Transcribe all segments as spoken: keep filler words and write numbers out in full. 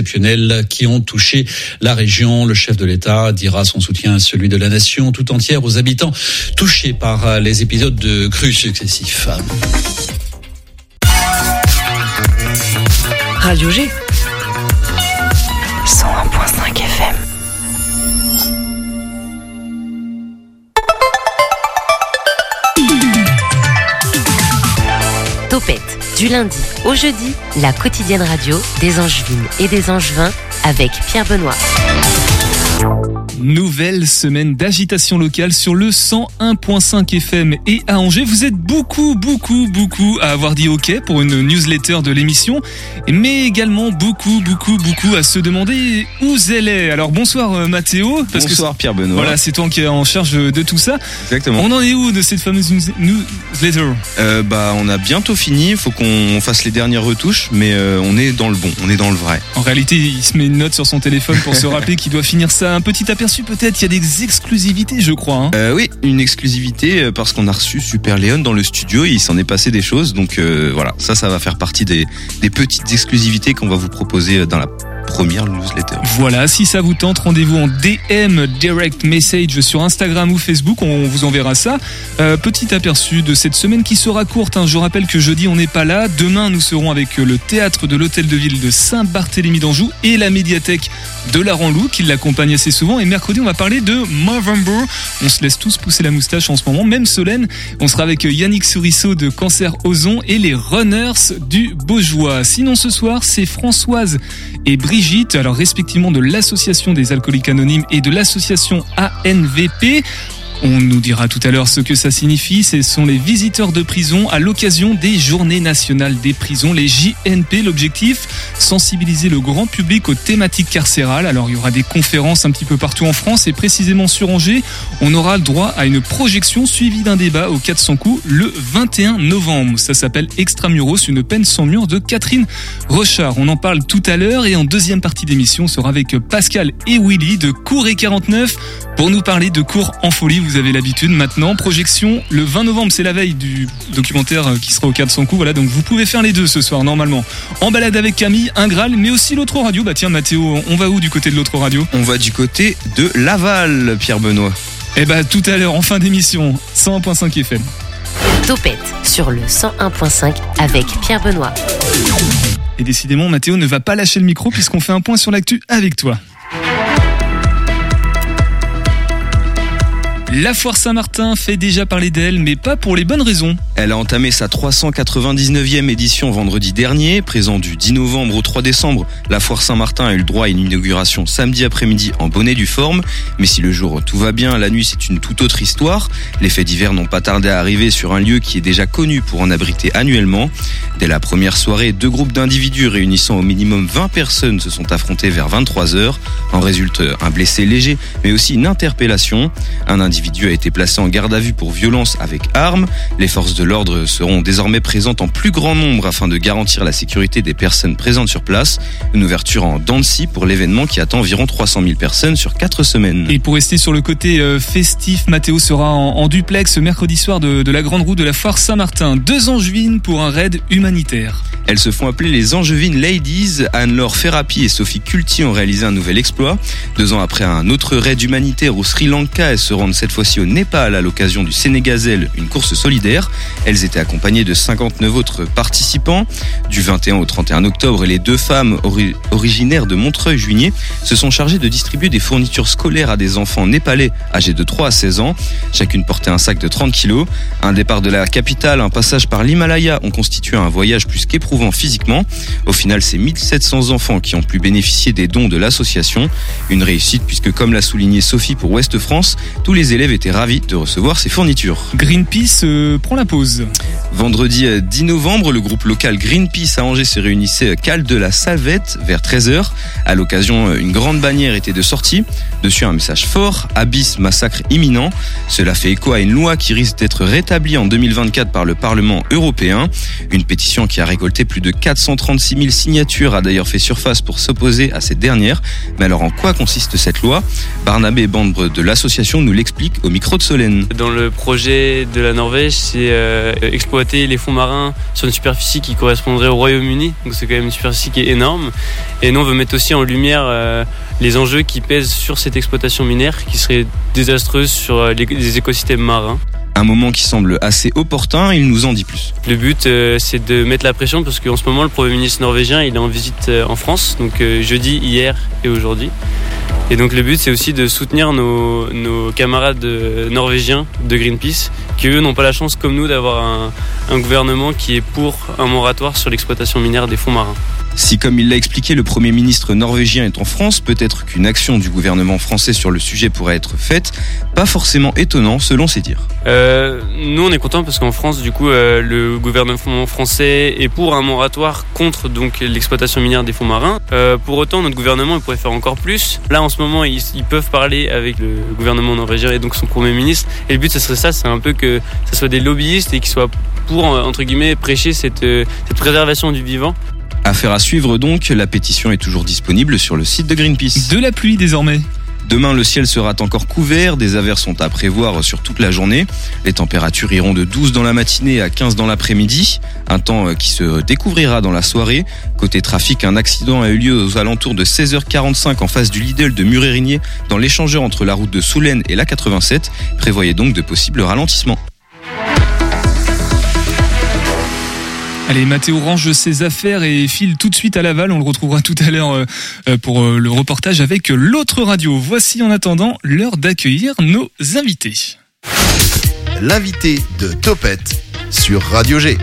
exceptionnelles qui ont touché la région. Le chef de l'État dira son soutien à celui de la nation tout entière aux habitants touchés par les épisodes de crues successifs. Radio G cent un virgule cinq F M. Topette, du lundi au jeudi, la quotidienne radio des Angevines et des Angevins avec Pierre Benoît. Nouvelle semaine d'agitation locale sur le cent un virgule cinq F M et à Angers. Vous êtes beaucoup, beaucoup, beaucoup à avoir dit OK pour une newsletter de l'émission, mais également beaucoup, beaucoup, beaucoup à se demander où elle est. Alors bonsoir Mathéo. Parce bonsoir que Pierre Benoît. Voilà, c'est toi qui es en charge de tout ça. Exactement. On en est où de cette fameuse newsletter ? euh, Bah, on a bientôt fini. Il faut qu'on fasse les dernières retouches, mais euh, on est dans le bon, on est dans le vrai. En réalité, il se met une note sur son téléphone pour se rappeler qu'il doit finir ça. Un petit aperçu peut-être, il y a des exclusivités je crois. Hein. Euh, oui, une exclusivité parce qu'on a reçu Super Léon dans le studio et il s'en est passé des choses. Donc euh, voilà, ça, ça va faire partie des, des petites exclusivités qu'on va vous proposer dans la première newsletter. Voilà, si ça vous tente, rendez-vous en D M, direct message sur Instagram ou Facebook, on vous enverra ça. Euh, petit aperçu de cette semaine qui sera courte, hein. Je rappelle que jeudi on n'est pas là, demain nous serons avec le théâtre de l'hôtel de ville de Saint-Barthélemy d'Anjou et la médiathèque de la Ranlou qui l'accompagne assez souvent, et mercredi on va parler de Movember. On se laisse tous pousser la moustache en ce moment, même Solène. On sera avec Yannick Sourisseau de Cancer Ozon et les Runners du Beaujois. Sinon ce soir c'est Françoise et Brigitte, alors respectivement de l'association des alcooliques anonymes et de l'association A N V P. On nous dira tout à l'heure ce que ça signifie. Ce sont les visiteurs de prison à l'occasion des Journées nationales des prisons, les J N P. L'objectif, sensibiliser le grand public aux thématiques carcérales. Alors il y aura des conférences un petit peu partout en France et précisément sur Angers, on aura le droit à une projection suivie d'un débat au quatre cents coups le vingt et un novembre. Ça s'appelle Extramuros, une peine sans mur de Catherine Rochard. On en parle tout à l'heure et en deuxième partie d'émission, on sera avec Pascal et Willy de Cours et quarante-neuf pour nous parler de Cours en folie. Vous avez l'habitude maintenant. Projection le vingt novembre, c'est la veille du documentaire qui sera au quatre cents coups. Voilà, donc vous pouvez faire les deux ce soir normalement. En balade avec Camille, un Graal, mais aussi l'autre radio. Bah tiens Mathéo, on va où du côté de l'autre radio ? On va du côté de Laval, Pierre Benoît. Eh bah tout à l'heure, en fin d'émission, cent un virgule cinq F M. Topette sur le cent un virgule cinq avec Pierre Benoît. Et décidément, Mathéo ne va pas lâcher le micro puisqu'on fait un point sur l'actu avec toi. La foire Saint-Martin fait déjà parler d'elle, mais pas pour les bonnes raisons. Elle a entamé sa trois cent quatre-vingt-dix-neuvième édition vendredi dernier. Présent du dix novembre au trois décembre, la foire Saint-Martin a eu le droit à une inauguration samedi après-midi en bonne et due forme. Mais si le jour tout va bien, la nuit c'est une toute autre histoire. Les faits divers n'ont pas tardé à arriver sur un lieu qui est déjà connu pour en abriter annuellement. Dès la première soirée, deux groupes d'individus réunissant au minimum vingt personnes se sont affrontés vers vingt-trois heures. En résulte un blessé léger, mais aussi une interpellation. Un individu a été placé en garde à vue pour violence avec arme. Les forces de l'ordre seront désormais présentes en plus grand nombre afin de garantir la sécurité des personnes présentes sur place. Une ouverture en dents de scie pour l'événement qui attend environ trois cent mille personnes sur quatre semaines. Et pour rester sur le côté euh, festif, Mathéo sera en, en duplex mercredi soir de, de la grande roue de la foire Saint-Martin. Deux Angevines pour un raid humanitaire. Elles se font appeler les Angevines Ladies. Anne-Laure Ferrapi et Sophie Culti ont réalisé un nouvel exploit. Deux ans après un autre raid humanitaire au Sri Lanka, elles se rendent cette fois-ci au Népal à l'occasion du Sénégazel, une course solidaire. Elles étaient accompagnées de cinquante-neuf autres participants. Du vingt et un au trente et un octobre, les deux femmes ori- originaires de Montreuil-Juigné se sont chargées de distribuer des fournitures scolaires à des enfants népalais âgés de trois à seize ans. Chacune portait un sac de trente kilos. Un départ de la capitale, un passage par l'Himalaya ont constitué un voyage plus qu'éprouvant physiquement. Au final, c'est mille sept cents enfants qui ont pu bénéficier des dons de l'association. Une réussite puisque, comme l'a souligné Sophie pour Ouest France, tous les élèves étaient ravis de recevoir ces fournitures. Greenpeace euh, prend la pause. Vendredi dix novembre, le groupe local Greenpeace à Angers se réunissait cale de la Salvette vers treize heures. À l'occasion, une grande bannière était de sortie. Dessus, un message fort: Abyss, massacre imminent. Cela fait écho à une loi qui risque d'être rétablie en deux mille vingt-quatre par le Parlement européen. Une pétition qui a récolté plus de quatre cent trente-six mille signatures a d'ailleurs fait surface pour s'opposer à cette dernière. Mais alors, en quoi consiste cette loi ? Barnabé Bambre de l'association nous l'explique au micro de Solène. Dans le projet de la Norvège, c'est euh, exploiter les fonds marins sur une superficie qui correspondrait au Royaume-Uni. Donc c'est quand même une superficie qui est énorme. Et nous, on veut mettre aussi en lumière euh, les enjeux qui pèsent sur cette exploitation minière, qui serait désastreuse sur les, les écosystèmes marins. Un moment qui semble assez opportun, il nous en dit plus. Le but, euh, c'est de mettre la pression parce qu'en ce moment, le Premier ministre norvégien, il est en visite euh, en France, donc euh, jeudi, hier et aujourd'hui. Et donc le but, c'est aussi de soutenir nos, nos camarades euh, norvégiens de Greenpeace, qui eux n'ont pas la chance, comme nous, d'avoir un, un gouvernement qui est pour un moratoire sur l'exploitation minière des fonds marins. Si, comme il l'a expliqué, le Premier ministre norvégien est en France, peut-être qu'une action du gouvernement français sur le sujet pourrait être faite. Pas forcément étonnant, selon ses dires. Euh, nous, on est contents parce qu'en France, du coup, euh, le gouvernement français est pour un moratoire contre donc l'exploitation minière des fonds marins. Euh, pour autant, notre gouvernement il pourrait faire encore plus. Là, en ce moment, ils, ils peuvent parler avec le gouvernement norvégien et donc son Premier ministre. Et le but, ce serait ça, c'est un peu que ce soit des lobbyistes et qu'ils soient pour, entre guillemets, prêcher cette, cette préservation du vivant. Affaire à suivre donc, la pétition est toujours disponible sur le site de Greenpeace. De la pluie désormais. Demain, le ciel sera encore couvert, des averses sont à prévoir sur toute la journée. Les températures iront de douze dans la matinée à quinze dans l'après-midi, un temps qui se découvrira dans la soirée. Côté trafic, un accident a eu lieu aux alentours de seize heures quarante-cinq en face du Lidl de Murérigné, dans l'échangeur entre la route de Soulaine et la quatre-vingt-sept. Prévoyez donc de possibles ralentissements. Allez, Mathéo range ses affaires et file tout de suite à Laval. On le retrouvera tout à l'heure pour le reportage avec l'autre radio. Voici en attendant l'heure d'accueillir nos invités. L'invité de Topette sur Radio G.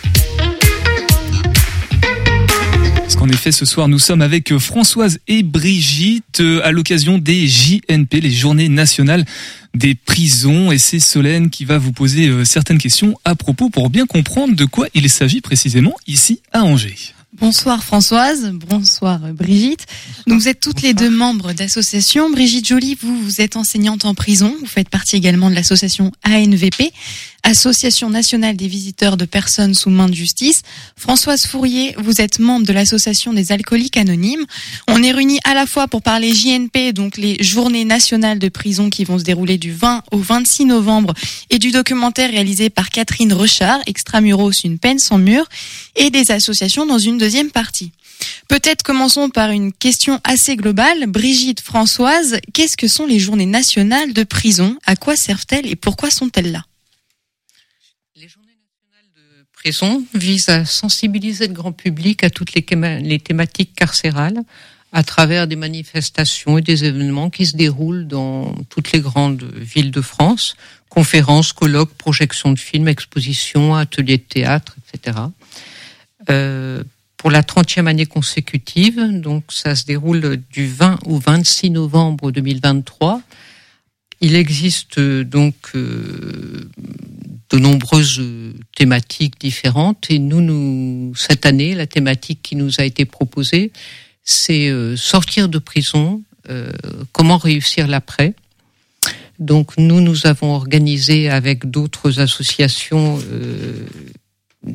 Parce qu'en effet, ce soir, nous sommes avec Françoise et Brigitte à l'occasion des J N P, les Journées Nationales des Prisons. Et c'est Solène qui va vous poser certaines questions à propos pour bien comprendre de quoi il s'agit précisément ici à Angers. Bonsoir Françoise, bonsoir Brigitte. Donc vous êtes toutes les deux membres d'associations. Brigitte Joly, vous, vous êtes enseignante en prison. Vous faites partie également de l'association A N V P, Association nationale des visiteurs de personnes sous main de justice. Françoise Fourier, vous êtes membre de l'association des alcooliques anonymes. On est réunis à la fois pour parler J N P, donc les journées nationales de prison qui vont se dérouler du vingt au vingt-six novembre, et du documentaire réalisé par Catherine Rechard, Extramuros, une peine sans mur, et des associations dans une deuxième partie. Peut-être commençons par une question assez globale. Brigitte, Françoise, qu'est-ce que sont les journées nationales de prison? À quoi servent-elles et pourquoi sont-elles là? Les journées nationales de prison visent à sensibiliser le grand public à toutes les, théma- les thématiques carcérales à travers des manifestations et des événements qui se déroulent dans toutes les grandes villes de France. Conférences, colloques, projections de films, expositions, ateliers de théâtre, et cetera. Euh, pour la trentième année consécutive, donc ça se déroule du vingt au vingt-six novembre deux mille vingt-trois. Il existe donc euh, de nombreuses thématiques différentes et nous, nous, cette année, la thématique qui nous a été proposée, c'est euh, sortir de prison, euh, comment réussir l'après. Donc nous, nous avons organisé avec d'autres associations euh, euh,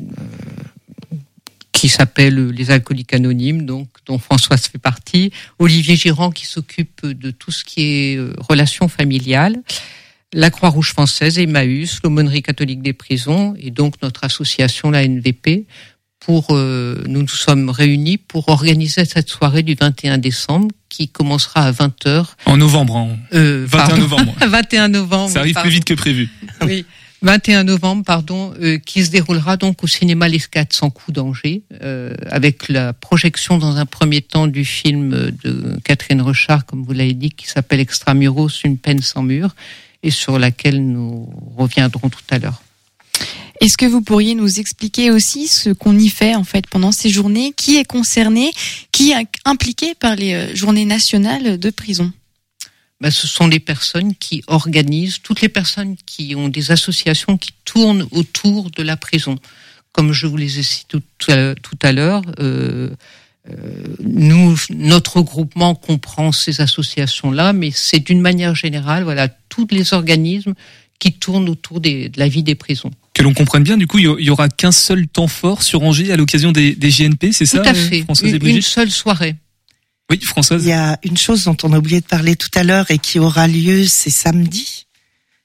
qui s'appellent les Alcooliques Anonymes, donc dont Françoise fait partie, Olivier Girand qui s'occupe de tout ce qui est euh, relations familiales, la Croix-Rouge française, Emmaüs, l'Aumônerie catholique des prisons et donc notre association, la N V P. Pour, euh, nous nous sommes réunis pour organiser cette soirée du vingt et un décembre qui commencera à vingt heures. En novembre, hein. Euh, vingt et un novembre. vingt et un novembre. Ça arrive pardon. plus vite que prévu. Oui. vingt et un novembre, pardon, euh, qui se déroulera donc au cinéma l'Escade sans coup d'Angers, euh, avec la projection dans un premier temps du film de Catherine Rechard, comme vous l'avez dit, qui s'appelle Extramuros, une peine sans mur, et sur laquelle nous reviendrons tout à l'heure. Est-ce que vous pourriez nous expliquer aussi ce qu'on y fait en fait pendant ces journées? Qui est concerné? Qui est impliqué par les journées nationales de prison? Ben, ce sont les personnes qui organisent, toutes les personnes qui ont des associations qui tournent autour de la prison. Comme je vous les ai cités tout à, tout à l'heure, euh, euh, nous, notre groupement comprend ces associations-là, mais c'est d'une manière générale, voilà, tous les organismes qui tournent autour des, de la vie des prisons. Que l'on comprenne bien, du coup, il y aura qu'un seul temps fort sur Angers à l'occasion des, des J N P, c'est tout ça, à fait. Françoise une, et Brigitte? Une seule soirée. Oui, Françoise. Il y a une chose dont on a oublié de parler tout à l'heure et qui aura lieu, c'est samedi.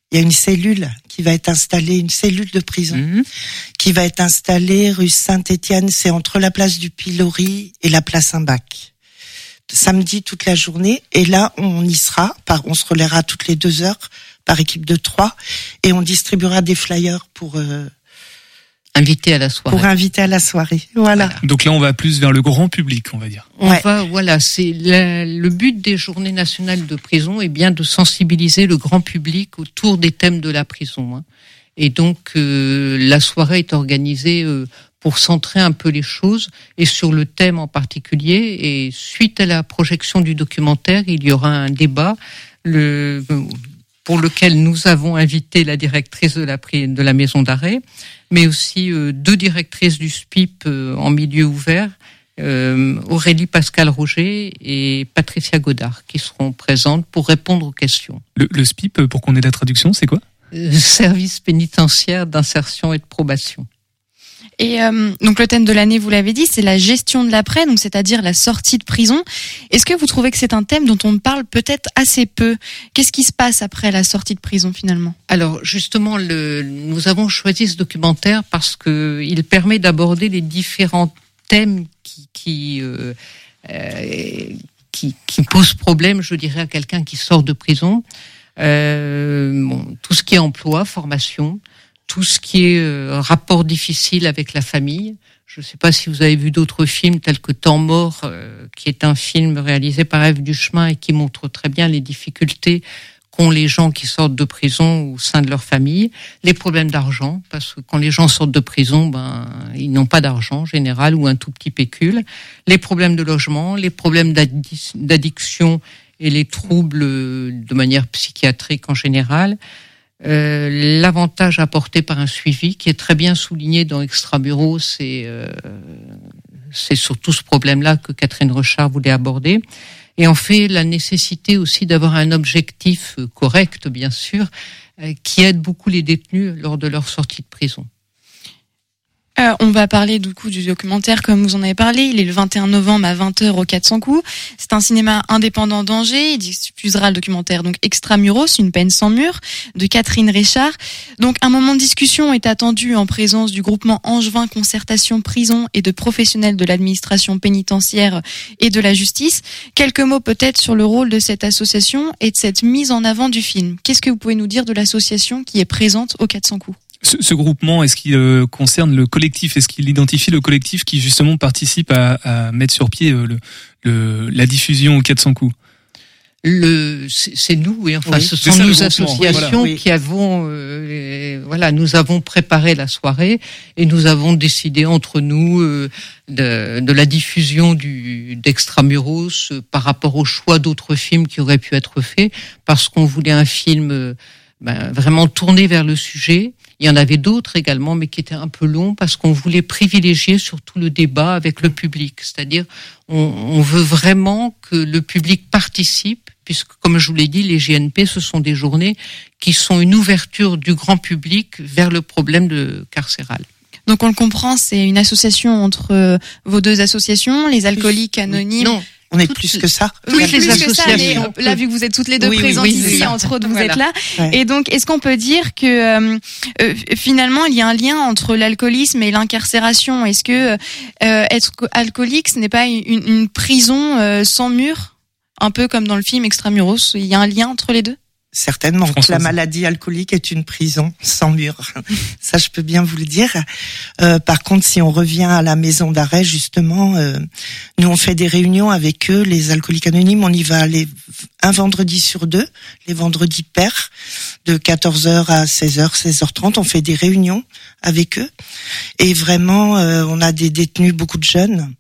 il y a une cellule qui va être installée, une cellule de prison, Mmh. qui va être installée rue Saint-Étienne, c'est entre la place du Pilori et la place Saint-Bac. Samedi toute la journée, et là on y sera, par, on se relaiera toutes les deux heures par équipe de trois, et on distribuera des flyers pour euh, Invité à la soirée. pour inviter à la soirée. Voilà. Voilà. Donc là, on va plus vers le grand public, on va dire. On Ouais. va, voilà, c'est la- le but des Journées nationales de prison est bien de sensibiliser le grand public autour des thèmes de la prison. Hein. Et donc euh, la soirée est organisée euh, pour centrer un peu les choses et sur le thème en particulier. Et suite à la projection du documentaire, il y aura un débat le, pour lequel nous avons invité la directrice de la, pri- de la maison d'arrêt, mais aussi euh, deux directrices du S P I P euh, en milieu ouvert, euh, Aurélie Pascal Roger et Patricia Godard, qui seront présentes pour répondre aux questions. Le, le S P I P, pour qu'on ait la traduction, c'est quoi ? Euh, Service pénitentiaire d'insertion et de probation. Et euh, donc le thème de l'année, vous l'avez dit, c'est la gestion de l'après, donc c'est-à-dire la sortie de prison. Est-ce que vous trouvez que c'est un thème dont on parle peut-être assez peu ? Qu'est-ce qui se passe après la sortie de prison finalement ? Alors justement, le, nous avons choisi ce documentaire parce que il permet d'aborder les différents thèmes qui qui, euh, euh, qui qui posent problème, je dirais, à quelqu'un qui sort de prison. Euh, bon, tout ce qui est emploi, formation, tout ce qui est euh, rapport difficile avec la famille. Je ne sais pas si vous avez vu d'autres films tels que Temps mort, euh, qui est un film réalisé par Ève Duchemin et qui montre très bien les difficultés qu'ont les gens qui sortent de prison au sein de leur famille, les problèmes d'argent, parce que quand les gens sortent de prison, ben ils n'ont pas d'argent en général ou un tout petit pécule, les problèmes de logement, les problèmes d'addi- d'addiction et les troubles de manière psychiatrique en général. Euh, l'avantage apporté par un suivi qui est très bien souligné dans Extramuros, c'est euh, c'est surtout ce problème-là que Catherine Rechard voulait aborder. Et en fait, la nécessité aussi d'avoir un objectif correct, bien sûr, euh, qui aide beaucoup les détenus lors de leur sortie de prison. Euh, on va parler du coup du documentaire comme vous en avez parlé. Il est le vingt et un novembre à vingt heures au quatre cents coups. C'est un cinéma indépendant d'Angers. Il diffusera le documentaire donc Extramuros, une peine sans mur, de Catherine Rechard. Donc un moment de discussion est attendu en présence du groupement Angevin Concertation Prison et de professionnels de l'administration pénitentiaire et de la justice. Quelques mots peut-être sur le rôle de cette association et de cette mise en avant du film. Qu'est-ce que vous pouvez nous dire de l'association qui est présente au quatre cents coups ? Ce, ce groupement, est-ce qu'il euh, concerne le collectif ? Est-ce qu'il identifie le collectif qui justement participe à, à mettre sur pied euh, le, le, la diffusion au quatre cents coups ? Le, c'est, c'est nous, oui. Enfin, Oui, ce c'est sont ça, nos le groupement, associations voilà. Oui. qui avons, euh, voilà, nous avons préparé la soirée et nous avons décidé entre nous euh, de, de la diffusion du d'Extramuros euh, par rapport au choix d'autres films qui auraient pu être faits, parce qu'on voulait un film euh, ben, vraiment tourné vers le sujet. Il y en avait d'autres également, mais qui étaient un peu longs parce qu'on voulait privilégier surtout le débat avec le public. C'est-à-dire, on, on veut vraiment que le public participe, puisque, comme je vous l'ai dit, les J N P, ce sont des journées qui sont une ouverture du grand public vers le problème de carcéral. Donc on le comprend, c'est une association entre euh, vos deux associations, les alcooliques anonymes. Non, On est Toutes plus les- que ça. toutes Oui, les plus que ça, mais associations. euh, là, vu que vous êtes toutes les deux Oui, oui, présentes oui, ici, c'est ça. entre autres, vous Voilà. êtes là. Ouais. Et donc, est-ce qu'on peut dire que euh, euh, finalement, il y a un lien entre l'alcoolisme et l'incarcération ? Est-ce que euh, être co- alcoolique, ce n'est pas une, une prison euh, sans mur, un peu comme dans le film Extramuros ? Il y a un lien entre les deux ? Certainement. Françoise. La maladie alcoolique est une prison sans mur. Ça, je peux bien vous le dire. Euh, par contre, si on revient à la maison d'arrêt, justement, euh, nous, on fait des réunions avec eux, les alcooliques anonymes. On y va aller un vendredi sur deux, les vendredis pairs, de quatorze heures à seize heures, seize heures trente. On fait des réunions avec eux. Et vraiment, euh, on a des détenus, beaucoup de jeunes.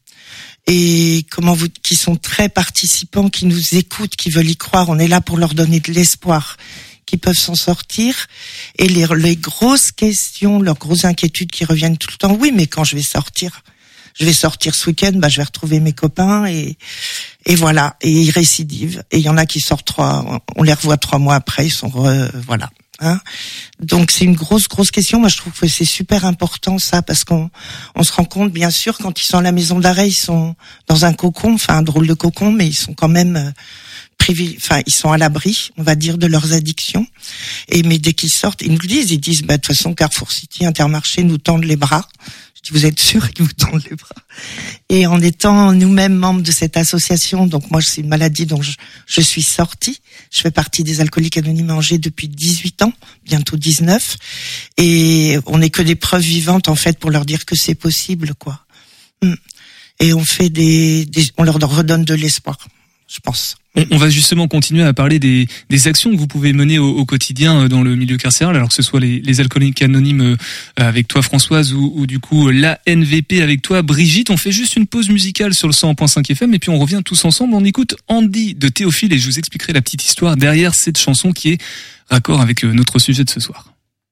Et comment vous, qui sont très participants, qui nous écoutent, qui veulent y croire. On est là pour leur donner de l'espoir, qui peuvent s'en sortir. Et les, les grosses questions, leurs grosses inquiétudes qui reviennent tout le temps. Oui, mais quand je vais sortir, je vais sortir ce week-end, bah, je vais retrouver mes copains et, et voilà. Et ils récidivent. Et il y en a qui sortent trois, on les revoit trois mois après, ils sont, re, voilà. Hein. Donc c'est une grosse grosse question. Moi je trouve que c'est super important ça, parce qu'on on se rend compte bien sûr quand ils sont à la maison d'arrêt, ils sont dans un cocon, enfin un drôle de cocon, mais ils sont quand même privi- enfin, ils sont à l'abri, on va dire, de leurs addictions. Et mais dès qu'ils sortent, ils nous le disent, ils disent, bah, de toute façon, Carrefour City, Intermarché nous tendent les bras. Je dis, vous êtes sûr qu'ils vous tendent les bras? Et en étant nous-mêmes membres de cette association, donc moi, c'est une maladie dont je, je suis sortie. Je fais partie des Alcooliques Anonymes à Angers depuis dix-huit ans, bientôt dix-neuf. Et on n'est que des preuves vivantes, en fait, pour leur dire que c'est possible, quoi. Et on fait des, des on leur redonne de l'espoir, je pense. On, on va justement continuer à parler des, des actions que vous pouvez mener au, au quotidien dans le milieu carcéral, alors que ce soit les, les alcooliques anonymes avec toi Françoise ou, ou du coup l'A N V P avec toi Brigitte. On fait juste une pause musicale sur le cent un point cinq F M et puis on revient tous ensemble. On écoute Andy de Théophile et je vous expliquerai la petite histoire derrière cette chanson qui est raccord avec notre sujet de ce soir.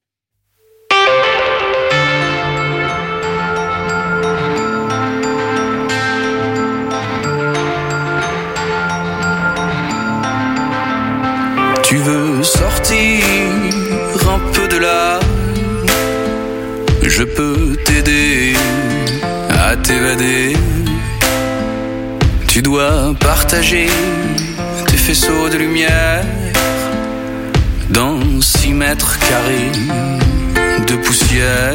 Tu veux sortir un peu de là, je peux t'aider à t'évader. Tu dois partager tes faisceaux de lumière dans six mètres carrés de poussière.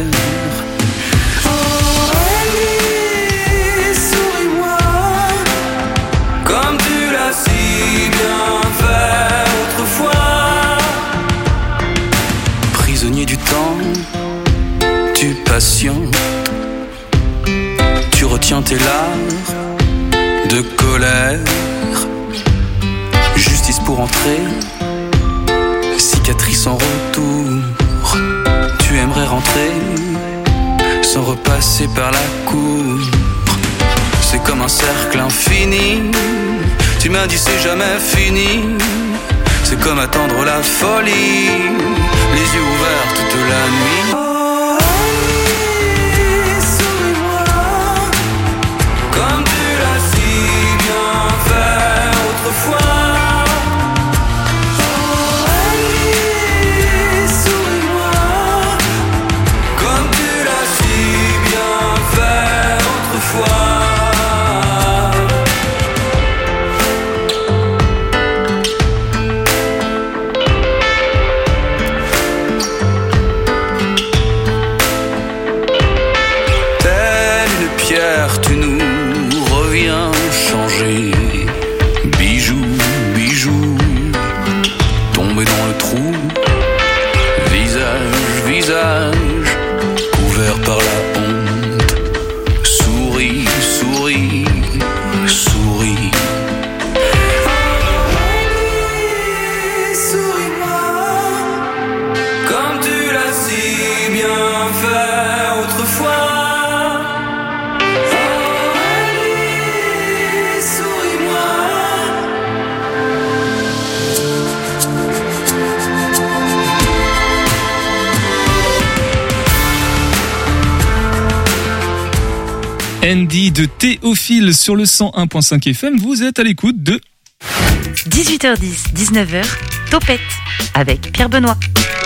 Oh, allez, souris-moi, comme tu l'as si bien fait. Prisonnier du temps, tu patientes, tu retiens tes larmes de colère. Justice pour entrer, cicatrice en retour. Tu aimerais rentrer sans repasser par la cour. C'est comme un cercle infini, tu m'as dit c'est jamais fini. C'est comme attendre la folie, les yeux ouverts toute la nuit. Oh, allez, souris-moi, comme tu l'as si bien fait autrefois. Oh, allez, souris-moi, comme tu l'as si bien fait autrefois. Tu nous reviens changer. Bijou, bijou, tombé dans le trou. Visage, visage, couvert par la honte. Souris, souris, souris. Souris-moi, comme tu l'as si bien fait autrefois. Andy de Théophile sur le cent un point cinq F M, vous êtes à l'écoute de dix-huit heures dix, dix-neuf heures, Topette avec Pierre Benoît.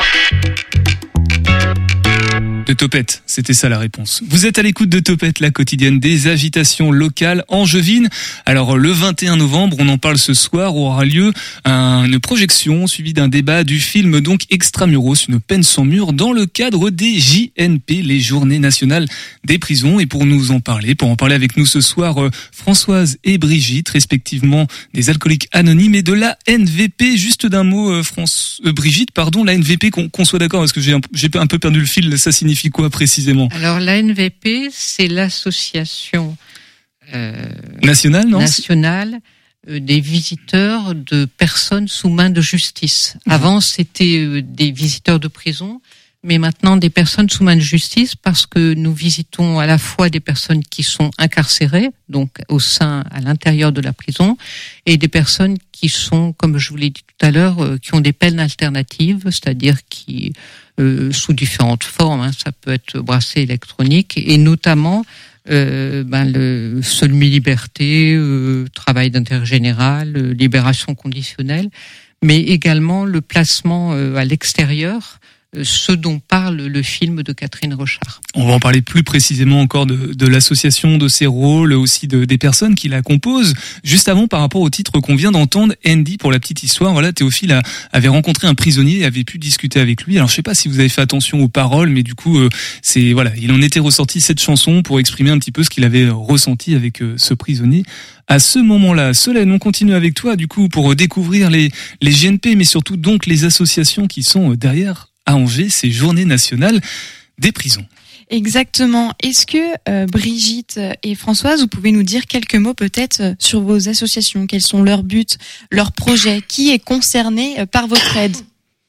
De Topette, c'était ça la réponse. Vous êtes à l'écoute de Topette, la quotidienne des agitations locales angevines. Alors le vingt et un novembre, on en parle ce soir, aura lieu une projection suivie d'un débat du film donc Extramuros, une peine sans mur, dans le cadre des J N P, les Journées Nationales des Prisons. Et pour nous en parler, pour en parler avec nous ce soir, Françoise et Brigitte, respectivement des alcooliques anonymes et de l'A N V P. Juste d'un mot, France, euh, Brigitte, pardon, l'A N V P, qu'on, qu'on soit d'accord, parce que j'ai un, j'ai un peu perdu le fil, ça signifie quoi précisément? Alors l'A N V P, c'est l'association euh, nationale, non nationale euh, des visiteurs de personnes sous main de justice. Mmh. Avant, c'était euh, des visiteurs de prison, mais maintenant des personnes sous main de justice, parce que nous visitons à la fois des personnes qui sont incarcérées, donc au sein, à l'intérieur de la prison, et des personnes qui sont, comme je vous l'ai dit tout à l'heure, euh, qui ont des peines alternatives, c'est-à-dire qui Euh, sous différentes formes, hein, ça peut être bracelet électronique et notamment euh, ben, le semi-liberté, euh, travail d'intérêt général, euh, libération conditionnelle, mais également le placement euh, à l'extérieur ce dont parle le film de Catherine Rochard. On va en parler plus précisément encore de, de l'association, de ses rôles, aussi de, des personnes qui la composent. Juste avant, par rapport au titre qu'on vient d'entendre, Andy, pour la petite histoire, voilà, Théophile a, avait rencontré un prisonnier et avait pu discuter avec lui. Alors je sais pas si vous avez fait attention aux paroles, mais du coup, euh, c'est voilà, il en était ressorti cette chanson pour exprimer un petit peu ce qu'il avait ressenti avec euh, ce prisonnier. À ce moment-là, Solène, on continue avec toi, du coup, pour découvrir les, les G N P, mais surtout donc les associations qui sont derrière à Angers, ces journées nationales des prisons. Exactement. Est-ce que euh, Brigitte et Françoise, vous pouvez nous dire quelques mots peut-être sur vos associations? Quels sont leurs buts, leurs projets? Qui est concerné par votre aide?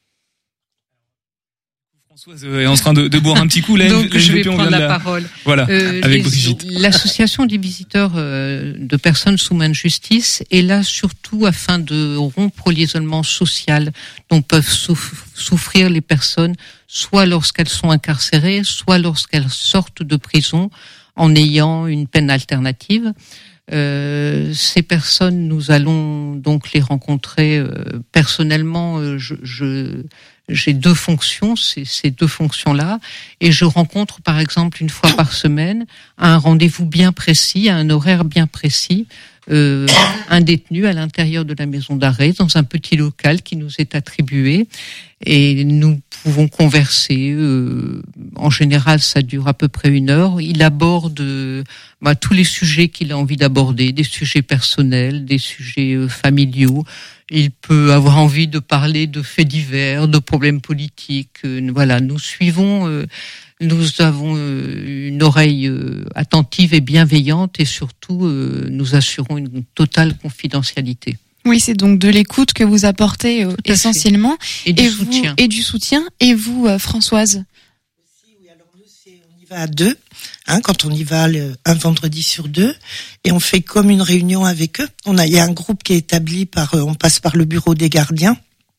Françoise est en train de, de boire un petit coup. Là, donc là, je vais on prendre la, la parole. Voilà, euh, avec les, Brigitte. L'association des visiteurs euh, de personnes sous main de justice est là surtout afin de rompre l'isolement social dont peuvent souff- souffrir les personnes, soit lorsqu'elles sont incarcérées, soit lorsqu'elles sortent de prison en ayant une peine alternative. Euh, ces personnes, nous allons donc les rencontrer euh, personnellement. Euh, je, je, j'ai deux fonctions, c'est ces deux fonctions-là, et je rencontre par exemple une fois par semaine à un rendez-vous bien précis, à un horaire bien précis, euh, un détenu à l'intérieur de la maison d'arrêt dans un petit local qui nous est attribué, et nous pouvons converser. Euh, en général, ça dure à peu près une heure. Il aborde euh, bah, tous les sujets qu'il a envie d'aborder, des sujets personnels, des sujets euh, familiaux. Il peut avoir envie de parler de faits divers, de problèmes politiques. Euh, voilà, nous suivons. Euh, Nous avons une oreille attentive et bienveillante, et surtout, nous assurons une totale confidentialité. Oui, c'est donc de l'écoute que vous apportez euh, essentiellement. Et du et soutien. Vous, et du soutien. Et vous, euh, Françoise? Oui, alors nous, c'est, on y va à deux, hein, quand on y va le, un vendredi sur deux, et on fait comme une réunion avec eux. On a, il y a un groupe qui est établi par, on passe par le bureau des gardiens.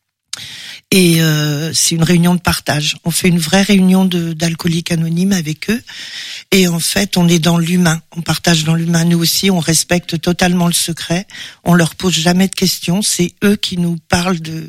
Et euh, c'est une réunion de partage. On fait une vraie réunion de, d'alcooliques anonymes avec eux. Et en fait, on est dans l'humain. On partage dans l'humain. Nous aussi, on respecte totalement le secret. On leur pose jamais de questions. C'est eux qui nous parlent de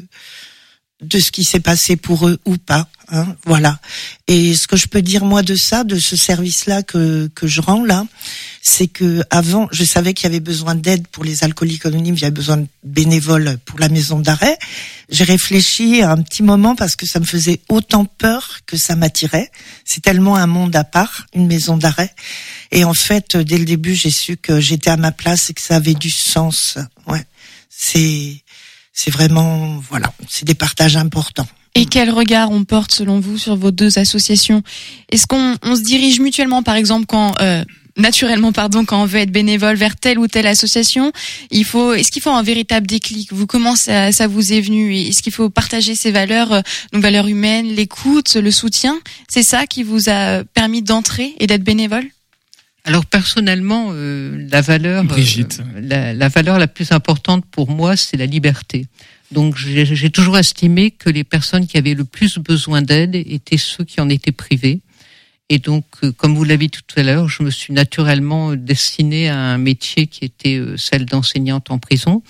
de ce qui s'est passé pour eux ou pas. Hein, voilà. Et ce que je peux dire moi de ça, de ce service-là que que je rends là, c'est que avant, je savais qu'il y avait besoin d'aide pour les alcooliques anonymes, il y avait besoin de bénévoles pour la maison d'arrêt. J'ai réfléchi un petit moment parce que ça me faisait autant peur que ça m'attirait. C'est tellement un monde à part, une maison d'arrêt. Et en fait, dès le début, j'ai su que j'étais à ma place et que ça avait du sens. Ouais, c'est c'est vraiment, voilà, c'est des partages importants. Et quel regard on porte selon vous sur vos deux associations? Est-ce qu'on on se dirige mutuellement, par exemple, quand euh, naturellement, pardon, quand on veut être bénévole vers telle ou telle association, il faut, est-ce qu'il faut un véritable déclic? Vous, comment ça, ça vous est venu? Est-ce qu'il faut partager ces valeurs, euh, donc valeurs humaines, l'écoute, le soutien? C'est ça qui vous a permis d'entrer et d'être bénévole? Alors personnellement, euh, la valeur, Brigitte. Euh, la, la valeur la plus importante pour moi, c'est la liberté. Donc j'ai, j'ai toujours estimé que les personnes qui avaient le plus besoin d'aide étaient ceux qui en étaient privés. Et donc, euh, comme vous l'avez dit tout à l'heure, je me suis naturellement destinée à un métier qui était euh, celle d'enseignante en prison.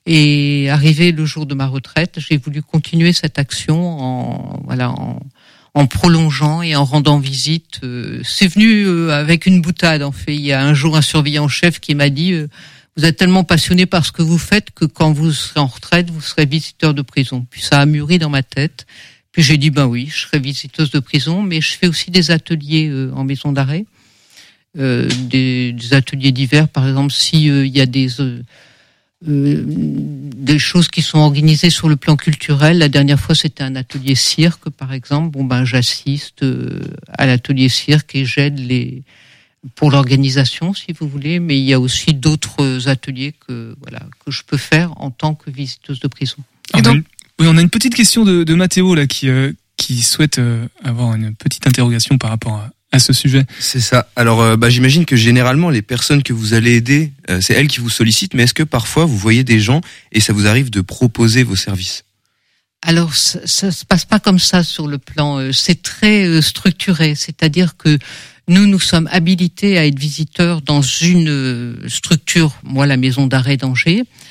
Et arrivé le jour de ma retraite, j'ai voulu continuer cette action en voilà en en prolongeant et en rendant visite. Euh, c'est venu euh, avec une boutade, en fait. Il y a un jour un surveillant-chef qui m'a dit euh, « Vous êtes tellement passionné par ce que vous faites que quand vous serez en retraite, vous serez visiteur de prison. » Puis ça a mûri dans ma tête. Puis j'ai dit « Ben oui, je serai visiteuse de prison, mais je fais aussi des ateliers euh, en maison d'arrêt. Euh, des, des ateliers divers, par exemple, si euh, il y a des... Euh, Euh, des choses qui sont organisées sur le plan culturel. La dernière fois, c'était un atelier cirque, par exemple. Bon, ben, j'assiste euh, à l'atelier cirque et j'aide les pour l'organisation, si vous voulez. Mais il y a aussi d'autres ateliers que voilà que je peux faire en tant que visiteuse de prison. Et donc, oui, on a une petite question de, de Mathéo là qui euh, qui souhaite euh, avoir une petite interrogation par rapport à à ce sujet. C'est ça. Alors, euh, bah, j'imagine que généralement, les personnes que vous allez aider, euh, c'est elles qui vous sollicitent, mais est-ce que parfois, vous voyez des gens et ça vous arrive de proposer vos services? Alors, ça, ça se passe pas comme ça sur le plan, euh, c'est très euh, structuré, c'est-à-dire que nous, nous sommes habilités à être visiteurs dans une euh, structure, moi, la maison d'arrêt d'Angers.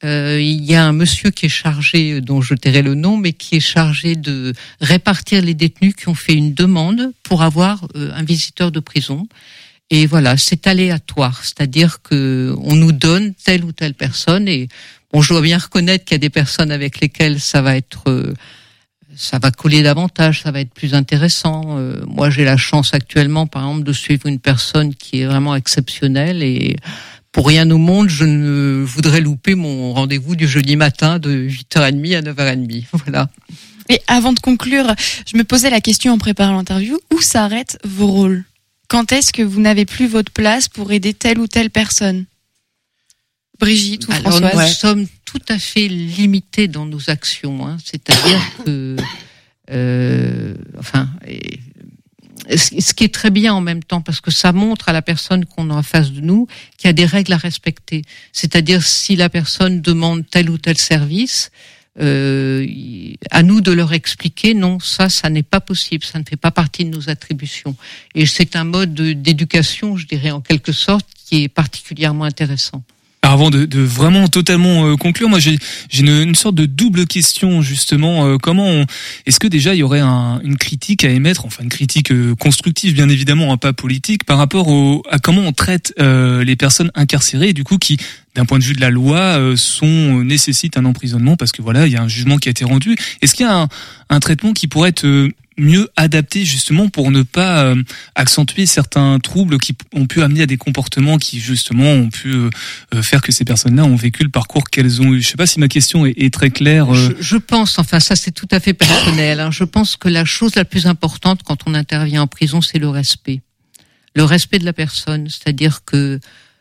Euh, il y a un monsieur qui est chargé, dont je tairai le nom, mais qui est chargé de répartir les détenus qui ont fait une demande pour avoir euh, un visiteur de prison. Et voilà, c'est aléatoire, c'est-à-dire que on nous donne telle ou telle personne. Et bon, je dois bien reconnaître qu'il y a des personnes avec lesquelles ça va être, euh, ça va coller davantage, ça va être plus intéressant. Euh, moi, j'ai la chance actuellement, par exemple, de suivre une personne qui est vraiment exceptionnelle et pour rien au monde, je ne voudrais louper mon rendez-vous du jeudi matin de huit heures trente à neuf heures trente. Voilà. Et avant de conclure, je me posais la question en préparant l'interview, où s'arrêtent vos rôles ? Quand est-ce que vous n'avez plus votre place pour aider telle ou telle personne ? Brigitte ou Alors, Françoise ? nous Ouais. sommes tout à fait limités dans nos actions. Hein. C'est-à-dire que... Euh, enfin... Et, ce qui est très bien en même temps, parce que ça montre à la personne qu'on a en face de nous qu'il y a des règles à respecter. C'est-à-dire, si la personne demande tel ou tel service, euh, à nous de leur expliquer, non, ça, ça n'est pas possible, ça ne fait pas partie de nos attributions. Et c'est un mode d'éducation, je dirais, en quelque sorte, qui est particulièrement intéressant. Avant de, de vraiment totalement euh, conclure, moi j'ai, j'ai une, une sorte de double question justement. Euh, comment on, est-ce que déjà il y aurait un, une critique à émettre, enfin une critique euh, constructive bien évidemment, hein, pas politique, par rapport au, à comment on traite euh, les personnes incarcérées et du coup qui, d'un point de vue de la loi, euh, sont nécessitent un emprisonnement parce que voilà il y a un jugement qui a été rendu. Est-ce qu'il y a un, un traitement qui pourrait être euh, mieux adapté justement pour ne pas euh, accentuer certains troubles qui ont pu amener à des comportements qui justement ont pu euh, faire que ces personnes-là ont vécu le parcours qu'elles ont eu. Je sais pas si ma question est, est très claire. Euh... Je, je pense, enfin ça c'est tout à fait personnel, hein, je pense que la chose la plus importante quand on intervient en prison, c'est le respect. Le respect de la personne, c'est-à-dire que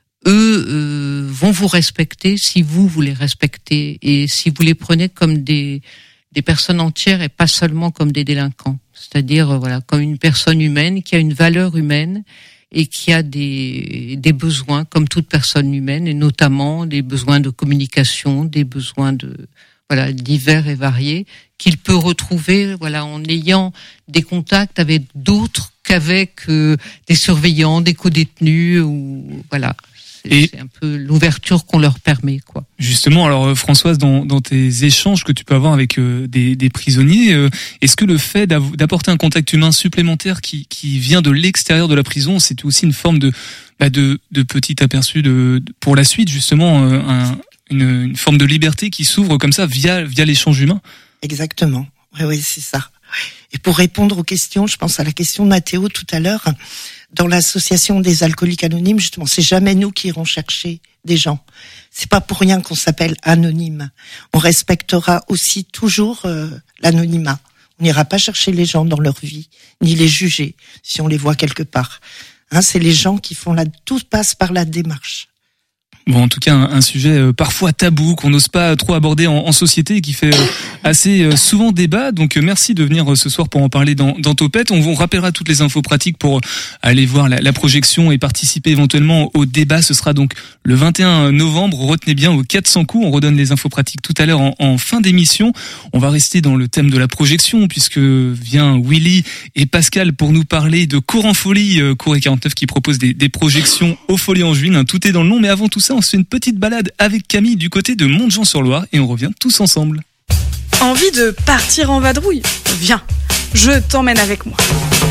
eux euh, vont vous respecter si vous, vous les respectez et si vous les prenez comme des des personnes entières et pas seulement comme des délinquants. C'est-à-dire, voilà, comme une personne humaine qui a une valeur humaine et qui a des, des besoins comme toute personne humaine et notamment des besoins de communication, des besoins de, voilà, divers et variés qu'il peut retrouver, voilà, en ayant des contacts avec d'autres qu'avec euh, des surveillants, des co-détenus ou, voilà. Et c'est un peu l'ouverture qu'on leur permet, quoi. Justement, alors Françoise, dans, dans tes échanges que tu peux avoir avec euh, des, des prisonniers, euh, est-ce que le fait d'apporter un contact humain supplémentaire qui, qui vient de l'extérieur de la prison, c'est aussi une forme de, bah de, de petit aperçu de, de pour la suite, justement, euh, un, une, une forme de liberté qui s'ouvre comme ça via via l'échange humain? Exactement. Oui, oui, c'est ça. Et pour répondre aux questions, je pense à la question de Mathéo tout à l'heure. Dans l'association des alcooliques anonymes, justement, c'est jamais nous qui irons chercher des gens. C'est pas pour rien qu'on s'appelle anonyme. On respectera aussi toujours euh, l'anonymat. On n'ira pas chercher les gens dans leur vie, ni les juger si on les voit quelque part. Hein, c'est les gens qui font la, tout passe par la démarche. Bon, en tout cas, un, un sujet euh, parfois tabou qu'on n'ose pas trop aborder en, en société et qui fait euh, assez euh, souvent débat. Donc, euh, merci de venir euh, ce soir pour en parler dans, dans Topette. On vous rappellera toutes les infos pratiques pour euh, aller voir la, la projection et participer éventuellement au débat. Ce sera donc le vingt et un novembre. Retenez bien aux quatre cents coups. On redonne les infos pratiques tout à l'heure en, en fin d'émission. On va rester dans le thème de la projection puisque vient Willy et Pascal pour nous parler de Cours en Folie, euh, Cours et quarante-neuf qui propose des, des projections aux Folies Angevines. Hein, tout est dans le nom, mais avant tout ça, on se fait une petite balade avec Camille du côté de Montjean-sur-Loire et on revient tous ensemble. Envie de partir en vadrouille ? Viens, je t'emmène avec moi.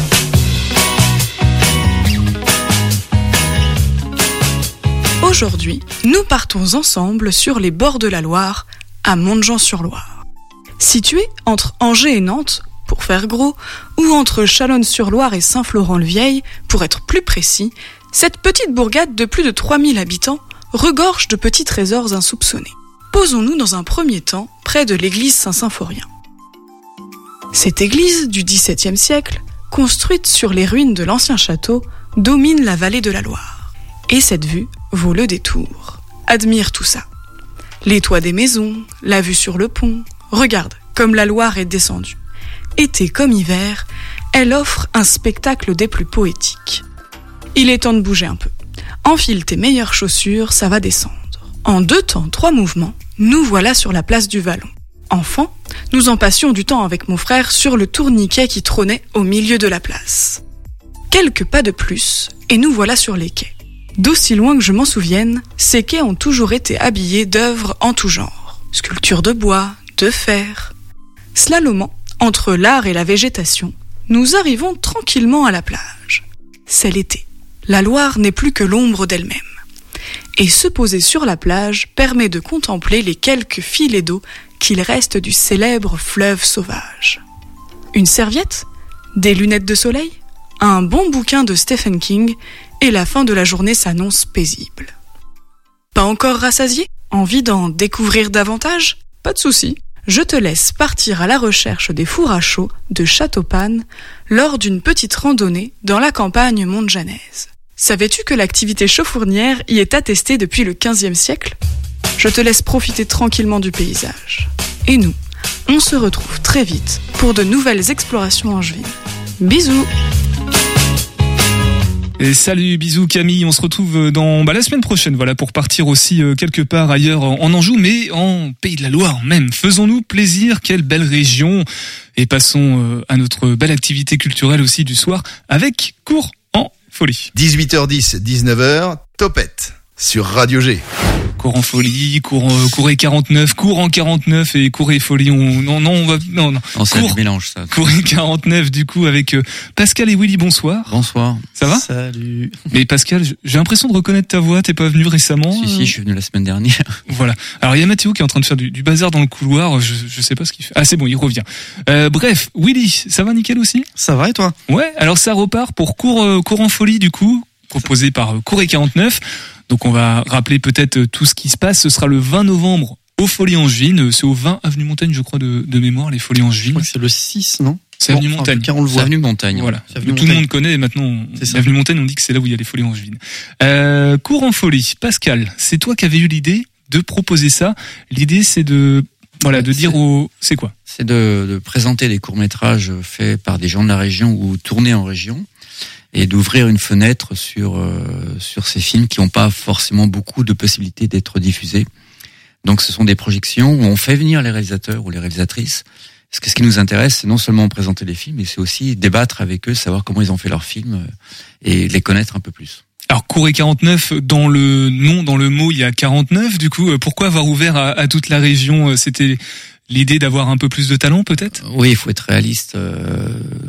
Aujourd'hui, nous partons ensemble sur les bords de la Loire, à Montjean-sur-Loire. Situé entre Angers et Nantes, pour faire gros, ou entre Chalonnes-sur-Loire et Saint-Florent-le-Vieil, pour être plus précis, cette petite bourgade de plus de trois mille habitants regorge de petits trésors insoupçonnés. Posons-nous dans un premier temps près de l'église Saint-Symphorien. Cette église du dix-septième siècle, construite sur les ruines de l'ancien château, domine la vallée de la Loire. Et cette vue vaut le détour. Admire tout ça. Les toits des maisons, la vue sur le pont, regarde comme la Loire est descendue. Été comme hiver, elle offre un spectacle des plus poétiques. Il est temps de bouger un peu. Enfile tes meilleures chaussures, ça va descendre. En deux temps, trois mouvements, nous voilà sur la place du Vallon. Enfant, nous en passions du temps avec mon frère sur le tourniquet qui trônait au milieu de la place. Quelques pas de plus, et nous voilà sur les quais. D'aussi loin que je m'en souvienne, ces quais ont toujours été habillés d'œuvres en tout genre. Sculptures de bois, de fer. Slalomant entre l'art et la végétation, nous arrivons tranquillement à la plage. C'est l'été. La Loire n'est plus que l'ombre d'elle-même. Et se poser sur la plage permet de contempler les quelques filets d'eau qu'il reste du célèbre fleuve sauvage. Une serviette, des lunettes de soleil, un bon bouquin de Stephen King, et la fin de la journée s'annonce paisible. Pas encore rassasié ? Envie d'en découvrir davantage ? Pas de souci. Je te laisse partir à la recherche des fours à chaud de Châteaupanne lors d'une petite randonnée dans la campagne montjanaise. Savais-tu que l'activité chauffournière y est attestée depuis le quinzième siècle ? Je te laisse profiter tranquillement du paysage. Et nous, on se retrouve très vite pour de nouvelles explorations angevines. Bisous! Et salut, bisous Camille, on se retrouve dans bah, la semaine prochaine, voilà, pour partir aussi euh, quelque part ailleurs en Anjou, mais en Pays de la Loire même. Faisons-nous plaisir, quelle belle région. Et passons euh, à notre belle activité culturelle aussi du soir avec Cours en Folie. dix-huit heures dix, dix-neuf heures, Topette sur Radio G. Cours en folie, cours, euh, cours et quarante-neuf, cours en quarante-neuf et cours et folie. On, non, non, on va, non, non. Non, c'est cours, un mélange, ça. Cours et quarante-neuf, du coup, avec euh, Pascal et Willy, bonsoir. Bonsoir. Ça va? Salut. Mais Pascal, j'ai l'impression de reconnaître ta voix, t'es pas venu récemment? Si, si, je suis venu la semaine dernière. Voilà. Alors, il y a Mathéo qui est en train de faire du, du bazar dans le couloir, je, je sais pas ce qu'il fait. Ah, c'est bon, il revient. Euh, bref, Willy, ça va nickel aussi? Ça va et toi? Ouais, alors ça repart pour cours, euh, cours en folie, du coup, proposé par euh, Cours et quarante-neuf. Donc on va rappeler peut-être tout ce qui se passe. Ce sera le vingt novembre aux Folies Angevines. C'est au vingt avenue Montaigne, je crois, de, de mémoire, les Folies Angevines. C'est le six, non? C'est bon, avenue Montaigne. Enfin, on le voit. C'est avenue Montaigne. Voilà. Avenue Tout Montaigne. le monde connaît. Et maintenant, l'avenue Montaigne, on dit que c'est là où il y a les Folies Angevines. Euh, Cours en folie. Pascal, c'est toi qui avais eu l'idée de proposer ça. L'idée, c'est de, voilà, de dire aux, c'est quoi? C'est de, de présenter des courts-métrages faits par des gens de la région ou tournés en région, et d'ouvrir une fenêtre sur euh, sur ces films qui n'ont pas forcément beaucoup de possibilités d'être diffusés. Donc ce sont des projections où on fait venir les réalisateurs ou les réalisatrices. Parce que ce qui nous intéresse, c'est non seulement présenter les films, mais c'est aussi débattre avec eux, savoir comment ils ont fait leurs films euh, et les connaître un peu plus. Alors Cours et quarante-neuf, dans le nom, dans le mot, il y a quarante-neuf. Du coup, pourquoi avoir ouvert à, à toute la région? C'était l'idée d'avoir un peu plus de talent, peut-être? Oui, il faut être réaliste. Euh,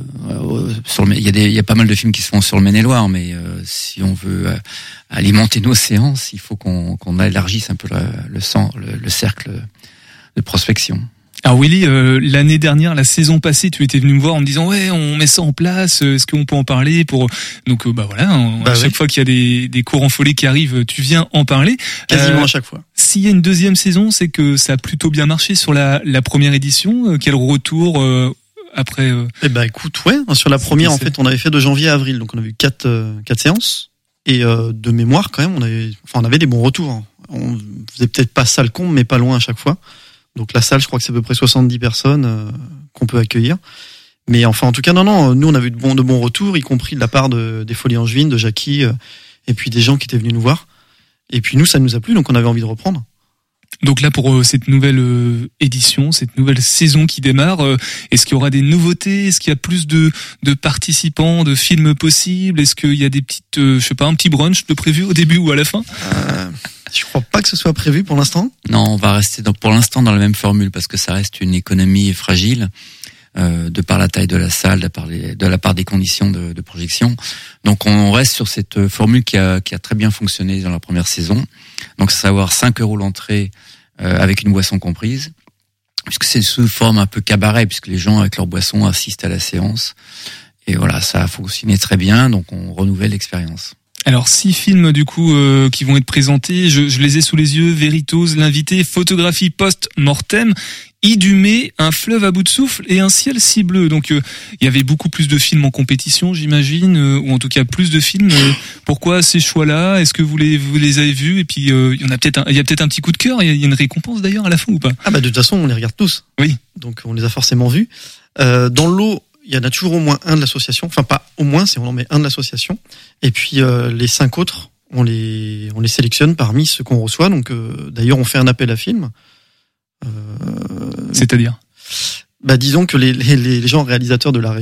sur le, il y a des, il y a pas mal de films qui se font sur le Maine-et-Loire, mais euh, si on veut euh, alimenter nos séances, il faut qu'on, qu'on élargisse un peu le, le, sang, le, le cercle de prospection. Alors Willy, euh, l'année dernière, la saison passée, tu étais venu me voir en me disant ouais, on met ça en place. Est-ce qu'on peut en parler pour donc euh, bah voilà, on, bah à oui. chaque fois qu'il y a des, des cours en folie qui arrivent, tu viens en parler. Quasiment Euh, à chaque fois. S'il y a une deuxième saison, c'est que ça a plutôt bien marché sur la, la première édition. Euh, quel retour euh, après euh... Eh ben écoute, ouais, sur la première, en c'est- fait, on avait fait de janvier à avril, donc on avait eu quatre euh, quatre séances et euh, de mémoire quand même, on avait, enfin, on avait des bons retours. hein. On faisait peut-être pas salle comble, mais pas loin à chaque fois. Donc la salle, je crois que c'est à peu près soixante-dix personnes euh, qu'on peut accueillir. Mais enfin, en tout cas, non, non, nous on avait eu de bons, de bons retours, y compris de la part de, des Folies Angevines, de Jackie, euh, et puis des gens qui étaient venus nous voir. Et puis nous, ça nous a plu, donc on avait envie de reprendre. Donc là, pour euh, cette nouvelle euh, édition, cette nouvelle saison qui démarre, euh, est-ce qu'il y aura des nouveautés? Est-ce qu'il y a plus de, de participants, de films possibles? Est-ce qu'il y a des petites, euh, je sais pas, un petit brunch de prévu au début ou à la fin? Euh, je crois pas que ce soit prévu pour l'instant. Non, on va rester dans, pour l'instant dans la même formule parce que ça reste une économie fragile euh, de par la taille de la salle, de par, les, de la part des conditions de, de projection. Donc on reste sur cette formule qui a, qui a très bien fonctionné dans la première saison. Donc c'est savoir cinq euros l'entrée euh, avec une boisson comprise, puisque c'est sous forme un peu cabaret, puisque les gens avec leur boisson assistent à la séance. Et voilà, ça a fonctionné très bien, donc on renouvelle l'expérience. Alors six films du coup euh, qui vont être présentés, je, je les ai sous les yeux: Véritos, L'invité, Photographie post-mortem, Idumée, Un fleuve à bout de souffle et Un ciel si bleu. Donc il euh, y avait beaucoup plus de films en compétition, j'imagine, euh, ou en tout cas plus de films. Euh, pourquoi ces choix-là? Est-ce que vous les vous les avez vus? Et puis il euh, y en a peut-être il y a peut-être un petit coup de cœur. Il y, y a une récompense d'ailleurs à la fin ou pas? Ah bah de toute façon, on les regarde tous. Oui. Donc on les a forcément vus. Euh, dans le lot, il y en a toujours au moins un de l'association. Enfin pas au moins, c'est on en met un de l'association. Et puis euh, les cinq autres, on les on les sélectionne parmi ceux qu'on reçoit. Donc euh, d'ailleurs, on fait un appel à films. Euh, C'est-à-dire? Bah disons que les, les les gens réalisateurs de la région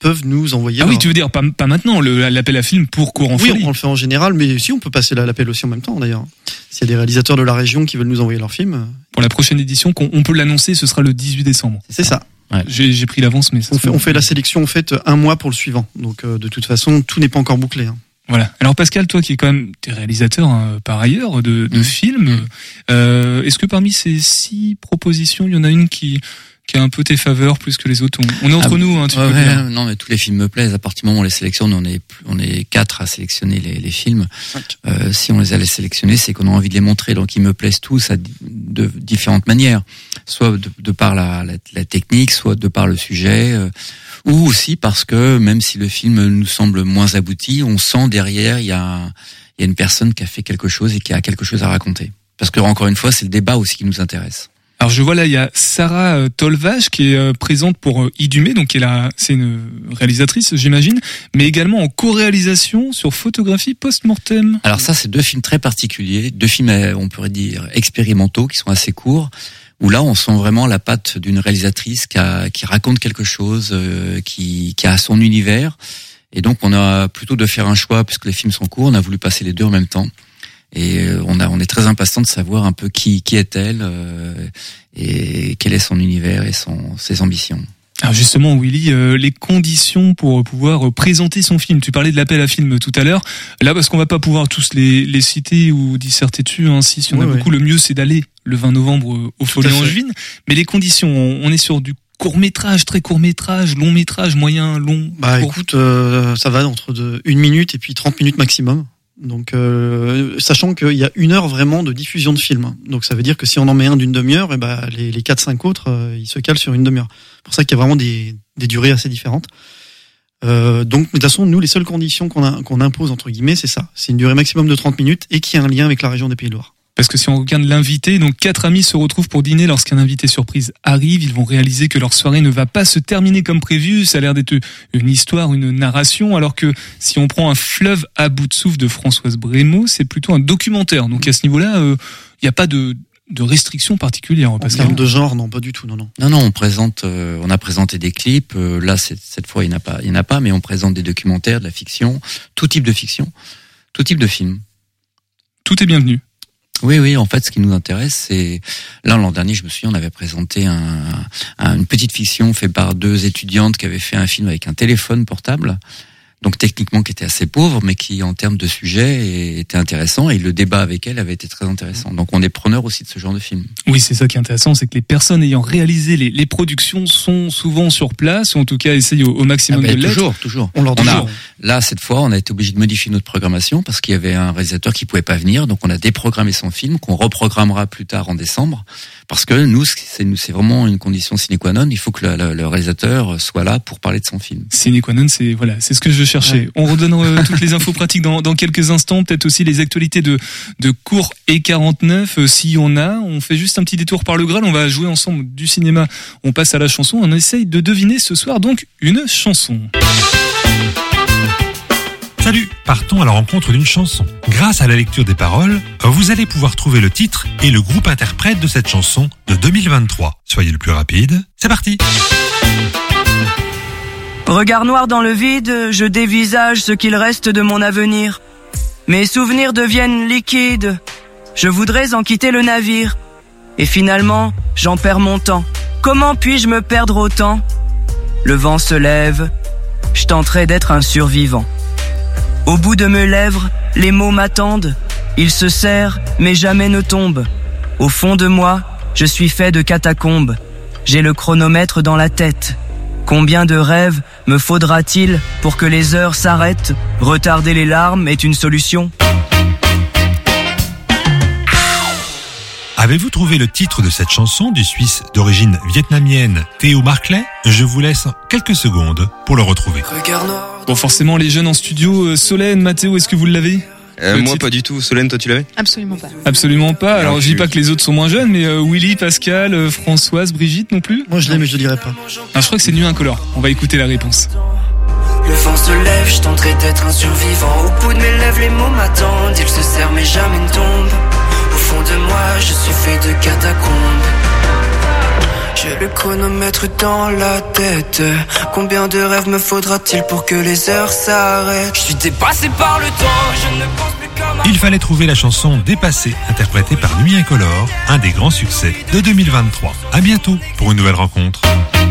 peuvent nous envoyer. Ah leur... oui, tu veux dire pas, pas maintenant, le, l'appel à film pour Courant Oui, Folie. on le fait en général, mais si on peut passer l'appel aussi en même temps d'ailleurs. S'il y a des réalisateurs de la région qui veulent nous envoyer leur film. Pour la prochaine édition, qu'on, on peut l'annoncer, ce sera le dix-huit décembre. C'est ça. Ouais. J'ai, j'ai pris l'avance, mais ça on fait, on fait la sélection en fait un mois pour le suivant. Donc euh, de toute façon, tout n'est pas encore bouclé. Hein. Voilà. Alors Pascal, toi qui es quand même t'es réalisateur hein, par ailleurs de, de mmh. films, mmh. Euh, est-ce que parmi ces six propositions, il y en a une qui qui a un peu tes faveurs plus que les autres? On, on est entre ah, nous, hein, tu ouais, peux ouais, dire. Non, mais tous les films me plaisent. À partir du moment où on les sélectionne, on est on est quatre à sélectionner les, les films. Euh, si on les a sélectionnés, c'est qu'on a envie de les montrer. Donc ils me plaisent tous à de différentes manières, soit de, de par la, la, la technique, soit de par le sujet. Euh, ou aussi parce que même si le film nous semble moins abouti, on sent derrière il y a il y a une personne qui a fait quelque chose et qui a quelque chose à raconter. Parce que encore une fois, c'est le débat aussi qui nous intéresse. Alors je vois là, il y a Sarah Tolvage qui est présente pour Idumé, donc elle a, c'est une réalisatrice, j'imagine, mais également en co-réalisation sur Photographie Post-Mortem. Alors ça, c'est deux films très particuliers, deux films, on pourrait dire, expérimentaux, qui sont assez courts, où là, on sent vraiment la patte d'une réalisatrice qui, a, qui raconte quelque chose, euh, qui, qui a son univers. Et donc, on a plutôt de faire un choix, puisque les films sont courts, on a voulu passer les deux en même temps. Et on a, on est très impatient de savoir un peu qui, qui est-elle euh, et quel est son univers et son, ses ambitions. Alors justement, Willy, euh, les conditions pour pouvoir présenter son film. Tu parlais de l'appel à film tout à l'heure. Là, parce qu'on va pas pouvoir tous les, les citer ou disserter dessus. Hein, si, si on oui, a oui. beaucoup, le mieux c'est d'aller le vingt novembre au Folies Angevines. Mais les conditions, on, on est sur du court métrage, très court métrage, long métrage, moyen, long. Bah court. écoute, euh, ça va entre de une minute et puis trente minutes maximum. Donc, euh, sachant qu'il y a une heure vraiment de diffusion de film. Donc, ça veut dire que si on en met un d'une demi-heure, et ben les, les quatre cinq autres, euh, ils se calent sur une demi-heure. C'est pour ça qu'il y a vraiment des, des durées assez différentes. Euh, donc, de toute façon, nous, les seules conditions qu'on, a, qu'on impose, entre guillemets, c'est ça. C'est une durée maximum de trente minutes et qu'il y ait un lien avec la région des Pays de Loire. Parce que si on regarde l'invité, donc quatre amis se retrouvent pour dîner lorsqu'un invité surprise arrive. Ils vont réaliser que leur soirée ne va pas se terminer comme prévu. Ça a l'air d'être une histoire, une narration. Alors que si on prend un fleuve à bout de souffle de Françoise Brémaud, c'est plutôt un documentaire. Donc à ce niveau-là, il euh, n'y a pas de, de restrictions particulières. En termes de genre, non, pas du tout, non, non. Non, non, on présente, euh, on a présenté des clips. Euh, là, c'est, cette fois, il n'y en a pas, il y en a pas, mais on présente des documentaires, de la fiction, tout type de fiction, tout type de film. Tout est bienvenu. Oui, oui. En fait, ce qui nous intéresse, c'est là l'an dernier, je me souviens, on avait présenté un, un, une petite fiction faite par deux étudiantes qui avaient fait un film avec un téléphone portable. Donc techniquement qui était assez pauvre, mais qui en termes de sujet était intéressant, et le débat avec elle avait été très intéressant. Donc on est preneur aussi de ce genre de film. Oui, c'est ça qui est intéressant, c'est que les personnes ayant réalisé les, les productions sont souvent sur place, ou en tout cas essayent au, au maximum ah ben, de l'être. Toujours, toujours. On leur on a, là, cette fois, on a été obligé de modifier notre programmation parce qu'il y avait un réalisateur qui pouvait pas venir, donc on a déprogrammé son film, qu'on reprogrammera plus tard en décembre, parce que nous, c'est, c'est vraiment une condition sine qua non. Il faut que le, le, le réalisateur soit là pour parler de son film. Sine qua non, c'est voilà, c'est ce que je cherchais. Ouais. On redonne euh, toutes les infos pratiques dans, dans quelques instants, peut-être aussi les actualités de de Cours et quarante-neuf, euh, si on a. On fait juste un petit détour par le Graal. On va jouer ensemble du cinéma. On passe à la chanson. On essaye de deviner ce soir donc une chanson. Salut, partons à la rencontre d'une chanson. Grâce à la lecture des paroles, vous allez pouvoir trouver le titre et le groupe interprète de cette chanson de deux mille vingt-trois. Soyez le plus rapide, c'est parti. Regard noir dans le vide, je dévisage ce qu'il reste de mon avenir. Mes souvenirs deviennent liquides, je voudrais en quitter le navire. Et finalement, j'en perds mon temps. Comment puis-je me perdre autant ? Le vent se lève, je tenterai d'être un survivant. Au bout de mes lèvres, les mots m'attendent. Ils se serrent, mais jamais ne tombent. Au fond de moi, je suis fait de catacombes. J'ai le chronomètre dans la tête. Combien de rêves me faudra-t-il pour que les heures s'arrêtent ? Retarder les larmes est une solution. Avez-vous trouvé le titre de cette chanson du Suisse d'origine vietnamienne Théo Marclay ? Je vous laisse quelques secondes pour le retrouver. Bon, forcément, les jeunes en studio, Solène, Mathéo, est-ce que vous l'avez ? euh, Moi, pas du tout. Solène, toi, tu l'avais ? Absolument pas. Absolument pas. Alors, Alors je dis pas que les autres sont moins jeunes, mais euh, Willy, Pascal, euh, Françoise, Brigitte non plus ? Moi, je l'ai, mais je le dirai pas. Ah, je crois que c'est Nuit Incolore. On va écouter la réponse. Le vent se lève, je tenterai d'être un survivant. Au bout de mes lèvres, les mots m'attendent. Ils se serrent, mais jamais ne tombent. Au fond de moi, je suis fait de catacombes. J'ai le chronomètre dans la tête. Combien de rêves me faudra-t-il pour que les heures s'arrêtent? Je suis dépassé par le temps, je ne pense plus qu'à ma... Il fallait trouver la chanson Dépassée, interprétée par Nuit Incolore, un des grands succès de deux mille vingt-trois. À bientôt pour une nouvelle rencontre.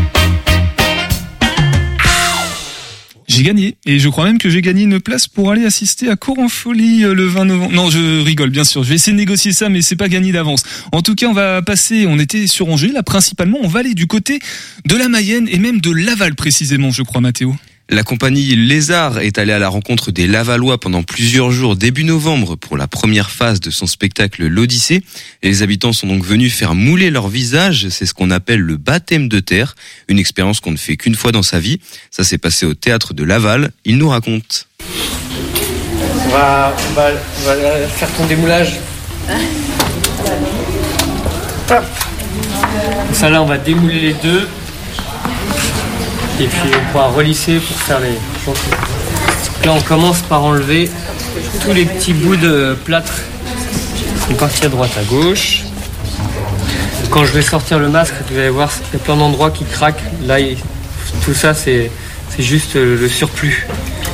J'ai gagné, et je crois même que j'ai gagné une place pour aller assister à Cours en Folie le vingt novembre. Non, je rigole, bien sûr, je vais essayer de négocier ça, mais c'est pas gagné d'avance. En tout cas, on va passer, on était sur Angers, là, principalement, on va aller du côté de la Mayenne, et même de Laval, précisément, je crois, Mathéo. La compagnie Lézard est allée à la rencontre des Lavallois pendant plusieurs jours début novembre pour la première phase de son spectacle L'Odyssée. Les habitants sont donc venus faire mouler leur visage, c'est ce qu'on appelle le baptême de terre, une expérience qu'on ne fait qu'une fois dans sa vie. Ça s'est passé au théâtre de Laval, il nous raconte. On va, on va, on va faire ton démoulage. Hop. Ça là, on va démouler les deux. Et puis on pourra relisser pour faire les chantiers. Donc là on commence par enlever tous les petits bouts de plâtre. On partit à droite à gauche. Quand je vais sortir le masque, vous allez voir, il y a plein d'endroits qui craquent. Là, il, tout ça c'est, c'est juste le surplus.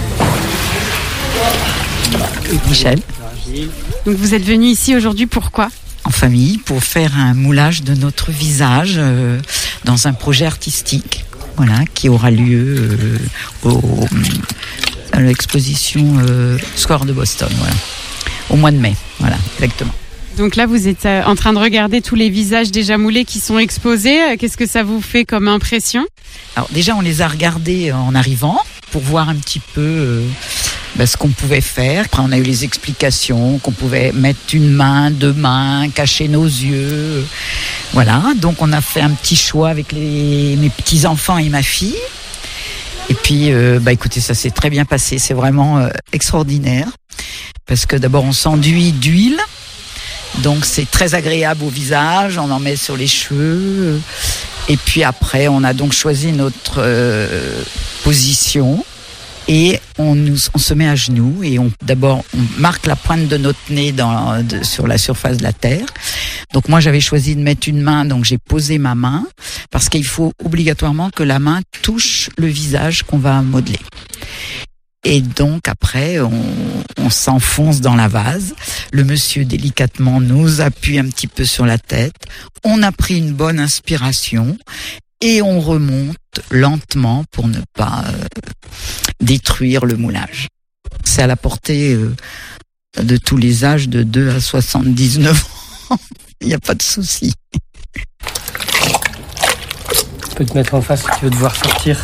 Michel. Donc vous êtes venu ici aujourd'hui pourquoi ? En famille, pour faire un moulage de notre visage euh, dans un projet artistique. Voilà, qui aura lieu euh, au, à l'exposition euh, Square de Boston, voilà, au mois de mai, voilà, exactement. Donc là, vous êtes en train de regarder tous les visages déjà moulés qui sont exposés. Qu'est-ce que ça vous fait comme impression ? Alors déjà, on les a regardés en arrivant pour voir un petit peu euh, bah, ce qu'on pouvait faire. Après, on a eu les explications qu'on pouvait mettre une main, deux mains, cacher nos yeux. Voilà, donc on a fait un petit choix avec les, mes petits-enfants et ma fille. Et puis, euh, bah écoutez, ça s'est très bien passé. C'est vraiment euh, extraordinaire. Parce que d'abord, on s'enduit d'huile. Donc, c'est très agréable au visage. On en met sur les cheveux. Et puis après, on a donc choisi notre euh, position. Et on, nous, on se met à genoux et on, d'abord, on marque la pointe de notre nez dans, de, sur la surface de la terre. Donc moi, j'avais choisi de mettre une main, donc j'ai posé ma main parce qu'il faut obligatoirement que la main touche le visage qu'on va modeler. Et donc après, on, on s'enfonce dans la vase. Le monsieur délicatement nous appuie un petit peu sur la tête. On a pris une bonne inspiration. Et on remonte lentement pour ne pas euh, détruire le moulage. C'est à la portée euh, de tous les âges de deux à soixante-dix-neuf ans. Il n'y a pas de souci. Tu peux te mettre en face si tu veux devoir sortir.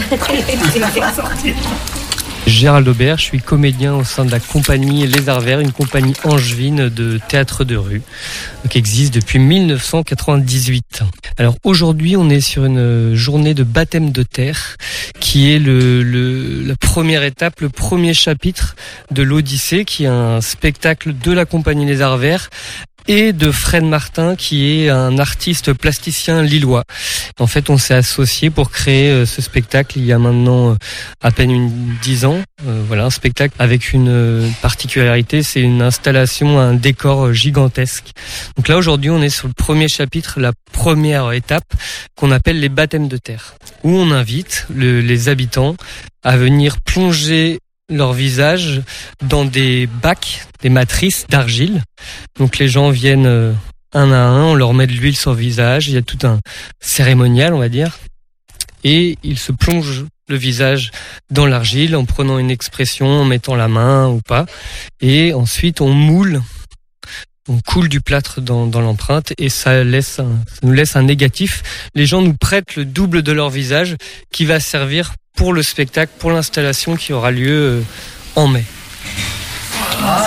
Gérald Aubert, je suis comédien au sein de la compagnie Les Arts Verts, une compagnie angevine de théâtre de rue qui existe depuis dix-neuf cent quatre-vingt-dix-huit. Alors aujourd'hui, on est sur une journée de baptême de terre qui est le, le, la première étape, le premier chapitre de l'Odyssée, qui est un spectacle de la compagnie Les Arts Verts et de Fred Martin, qui est un artiste plasticien lillois. En fait, on s'est associés pour créer ce spectacle il y a maintenant à peine une dix ans. Euh, voilà, un spectacle avec une particularité, c'est une installation, un décor gigantesque. Donc là, aujourd'hui, on est sur le premier chapitre, la première étape, qu'on appelle les baptêmes de terre, où on invite le, les habitants à venir plonger leur visage dans des bacs, des matrices d'argile. Donc les gens viennent euh, un à un, on leur met de l'huile sur le visage, il y a tout un cérémonial, on va dire, et ils se plongent le visage dans l'argile en prenant une expression, en mettant la main ou pas, et ensuite on moule, on coule du plâtre dans, dans l'empreinte et ça, laisse un, ça nous laisse un négatif. Les gens nous prêtent le double de leur visage qui va servir pour le spectacle, pour l'installation qui aura lieu en mai. Ah,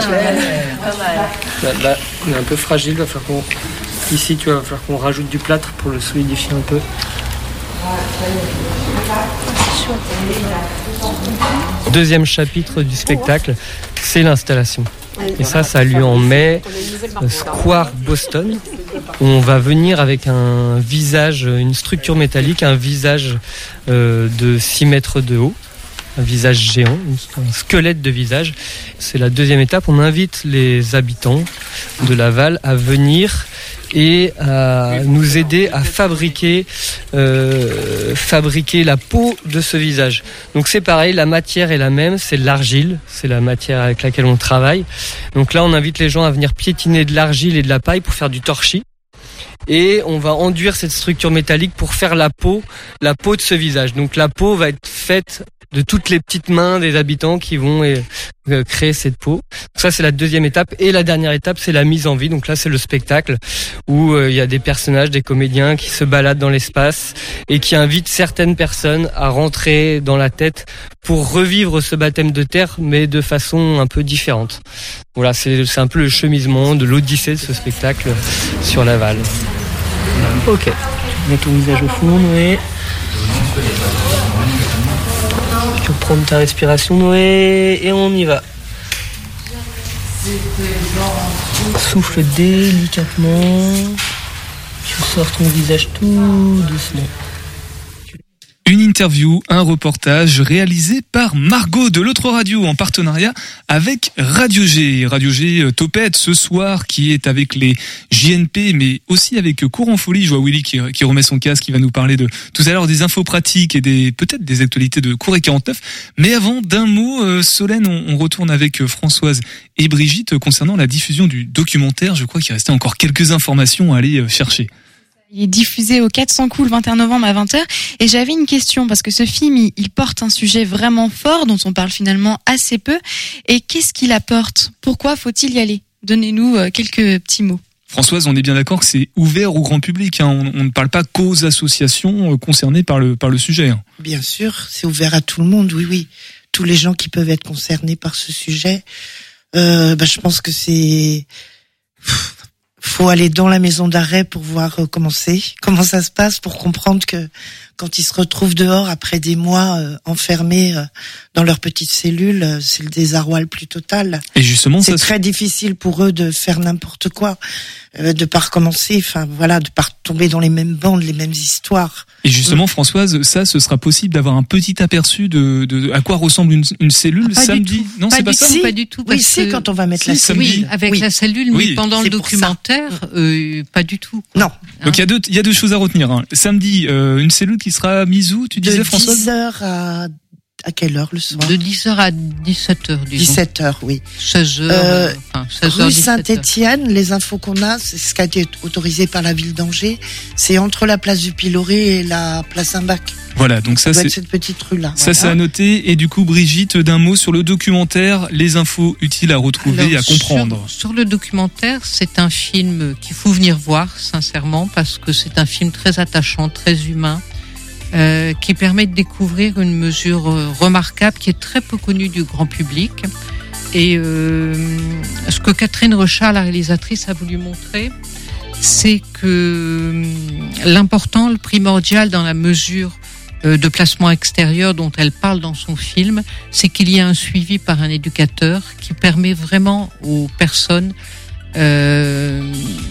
là, là, on est un peu fragile, va falloir qu'on... Ici, tu vois, va falloir qu'on rajoute du plâtre pour le solidifier un peu. Deuxième chapitre du spectacle, c'est l'installation. Et ça, ça a lieu en mai, Square Boston, où on va venir avec un visage, une structure métallique, un visage euh, de six mètres de haut, un visage géant, un squelette de visage. C'est la deuxième étape. On invite les habitants de Laval à venir et à nous aider à fabriquer euh, fabriquer la peau de ce visage. Donc c'est pareil, la matière est la même, c'est de l'argile, c'est la matière avec laquelle on travaille. Donc là on invite les gens à venir piétiner de l'argile et de la paille pour faire du torchis. Et on va enduire cette structure métallique pour faire la peau, la peau de ce visage. Donc la peau va être faite de toutes les petites mains des habitants qui vont euh, créer cette peau. Donc ça c'est la deuxième étape. Et la dernière étape c'est la mise en vie. Donc là c'est le spectacle où il euh, y a des personnages, des comédiens qui se baladent dans l'espace et qui invitent certaines personnes à rentrer dans la tête pour revivre ce baptême de terre mais de façon un peu différente. Voilà, c'est, c'est un peu le cheminement de l'odyssée de ce spectacle sur Laval. Ok, mets ton visage au fond, Noé. Tu reprends ta respiration, Noé, et on y va. Souffle délicatement. Tu sors ton visage tout doucement. Une interview, un reportage réalisé par Margot de l'autre radio en partenariat avec Radio G. Radio G Topette ce soir qui est avec les J N P mais aussi avec Courant Folie. Je vois Willy qui, qui remet son casque, qui va nous parler de tout à l'heure des infos pratiques et des peut-être des actualités de Cour et quarante-neuf. Mais avant d'un mot, euh, Solène, on, on retourne avec Françoise et Brigitte concernant la diffusion du documentaire. Je crois qu'il restait encore quelques informations à aller chercher. Il est diffusé au quatre cents coups le vingt et un novembre à vingt heures. Et j'avais une question, parce que ce film, il, il porte un sujet vraiment fort, dont on parle finalement assez peu. Et qu'est-ce qu'il apporte ? Pourquoi faut-il y aller ? Donnez-nous quelques petits mots. Françoise, on est bien d'accord que c'est ouvert au grand public. Hein. On, on ne parle pas qu'aux associations concernées par le, par le sujet. Hein. Bien sûr, c'est ouvert à tout le monde, oui, oui. Tous les gens qui peuvent être concernés par ce sujet. Euh, bah, je pense que c'est... faut aller dans la maison d'arrêt pour voir comment c'est, comment ça se passe, pour comprendre que quand ils se retrouvent dehors après des mois euh, enfermés euh, dans leur petite cellule, euh, c'est le désarroi le plus total. Et justement, c'est ça très difficile pour eux de faire n'importe quoi, euh, de pas recommencer, enfin voilà, de pas tomber dans les mêmes bandes, les mêmes histoires. Et justement, Françoise, ça, ce sera possible d'avoir un petit aperçu de, de à quoi ressemble une, une cellule ah, samedi. Non, pas c'est pas ça. Si, pas du tout. Oui, c'est quand on va mettre si, la cellule. Oui, avec oui. la cellule, oui. mais pendant c'est le documentaire, euh, pas du tout. Non. Donc il y a deux, il y a deux choses à retenir. Hein. Samedi, euh, une cellule qui sera mise où, tu disais, de Françoise ? dix heures à à quelle heure le soir ? De dix heures à dix-sept heures, disons. dix-sept heures, oui. seize heures. Euh, enfin, seize heures, rue dix-sept heures. Saint-Étienne, les infos qu'on a, c'est ce qui a été autorisé par la ville d'Angers, c'est entre la place du Piloré et la place Saint-Bac. Voilà, donc ça, ça c'est cette petite rue là. Ça, voilà. c'est à noter. Et du coup, Brigitte, d'un mot sur le documentaire, les infos utiles à retrouver Alors, et à comprendre. Sur, sur le documentaire, c'est un film qu'il faut venir voir, sincèrement, parce que c'est un film très attachant, très humain, euh, qui permet de découvrir une mesure euh, remarquable qui est très peu connue du grand public. Et euh, ce que Catherine Rechard, la réalisatrice, a voulu montrer, c'est que l'important, le primordial dans la mesure de placement extérieur dont elle parle dans son film, c'est qu'il y a un suivi par un éducateur qui permet vraiment aux personnes euh,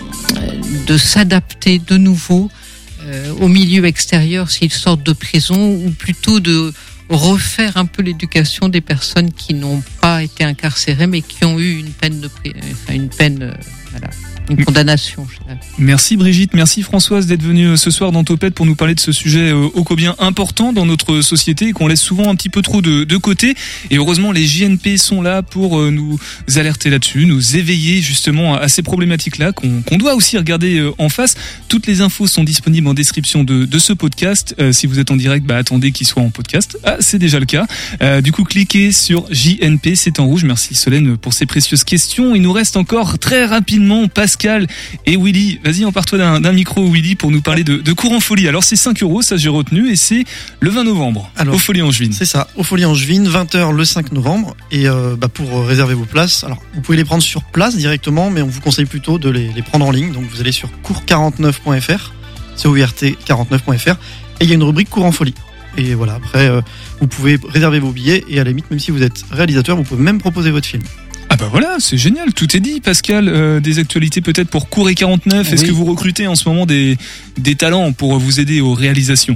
de s'adapter de nouveau euh, au milieu extérieur s'ils sortent de prison, ou plutôt de refaire un peu l'éducation des personnes qui n'ont pas été incarcérées mais qui ont eu une peine de enfin une peine euh, voilà. Une condamnation. Je dirais. Merci Brigitte, merci Françoise d'être venue ce soir dans Topette pour nous parler de ce sujet ô combien important dans notre société et qu'on laisse souvent un petit peu trop de, de côté. Et heureusement, les J N P sont là pour nous alerter là-dessus, nous éveiller justement à ces problématiques-là qu'on, qu'on doit aussi regarder en face. Toutes les infos sont disponibles en description de, de ce podcast. Euh, si vous êtes en direct, bah attendez qu'il soit en podcast. Ah, c'est déjà le cas. Euh, du coup, cliquez sur J N P, c'est en rouge. Merci Solène pour ces précieuses questions. Il nous reste encore très rapidement Pascal et Willy. Vas-y, empare-toi d'un, d'un micro, Willy, pour nous parler de, de Courant Folie. Alors, c'est cinq euros, ça j'ai retenu, et c'est le vingt novembre, alors, au Folie Angevine. C'est ça, au Folie Angevine, vingt heures le cinq novembre. Et euh, bah, pour réserver vos places, alors vous pouvez les prendre sur place directement, mais on vous conseille plutôt de les, les prendre en ligne. Donc, vous allez sur cour quarante-neuf point f r, C O U R T quarante-neuf point f r, et il y a une rubrique Courant Folie. Et voilà, après, euh, vous pouvez réserver vos billets, et à la limite, même si vous êtes réalisateur, vous pouvez même proposer votre film. Ah bah voilà, c'est génial, tout est dit. Pascal, euh, des actualités peut-être pour Cour et quarante-neuf. Est-ce oui. que vous recrutez en ce moment des, des talents pour vous aider aux réalisations ?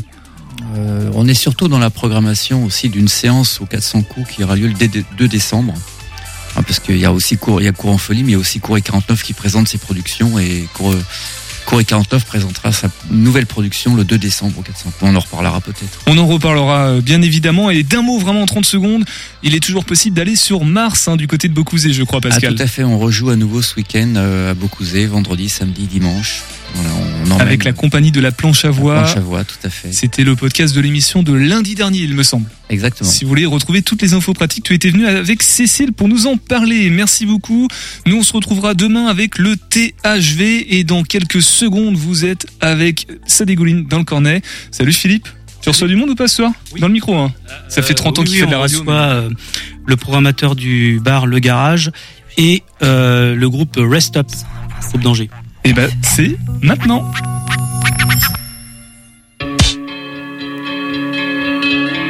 Euh, on est surtout dans la programmation aussi d'une séance aux quatre cents coups qui aura lieu le deux décembre. Hein, parce qu'il y a aussi Cour, il y a Cour en folie, mais il y a aussi Cour et quarante-neuf qui présente ses productions et Cour, Cour et quarante-neuf présentera sa nouvelle production le deux décembre au quatre cents coups. On en reparlera peut-être. On en reparlera bien évidemment. Et d'un mot, vraiment en trente secondes, il est toujours possible d'aller sur Mars, hein, du côté de Beaucouzé, je crois, Pascal. Ah, tout à fait. On rejoue à nouveau ce week-end euh, à Beaucouzé, vendredi, samedi, dimanche. Voilà, on emmène... Avec la compagnie de la Planche à Voix. La Planche à Voix, tout à fait. C'était le podcast de l'émission de lundi dernier, il me semble. Exactement. Si vous voulez retrouver toutes les infos pratiques, tu étais venu avec Cécile pour nous en parler. Merci beaucoup. Nous, on se retrouvera demain avec le T H V et dans quelques secondes, vous êtes avec Sadégouline dans le cornet. Salut Philippe. Tu reçois du monde ou pas ce soir? Oui. Dans le micro, hein. Ça fait trente ans oui, qu'il fait de la radio. On reçoit mais... euh, le programmateur du bar Le Garage et euh, le groupe Rest Up, groupe d'Angers. Et ben, c'est maintenant.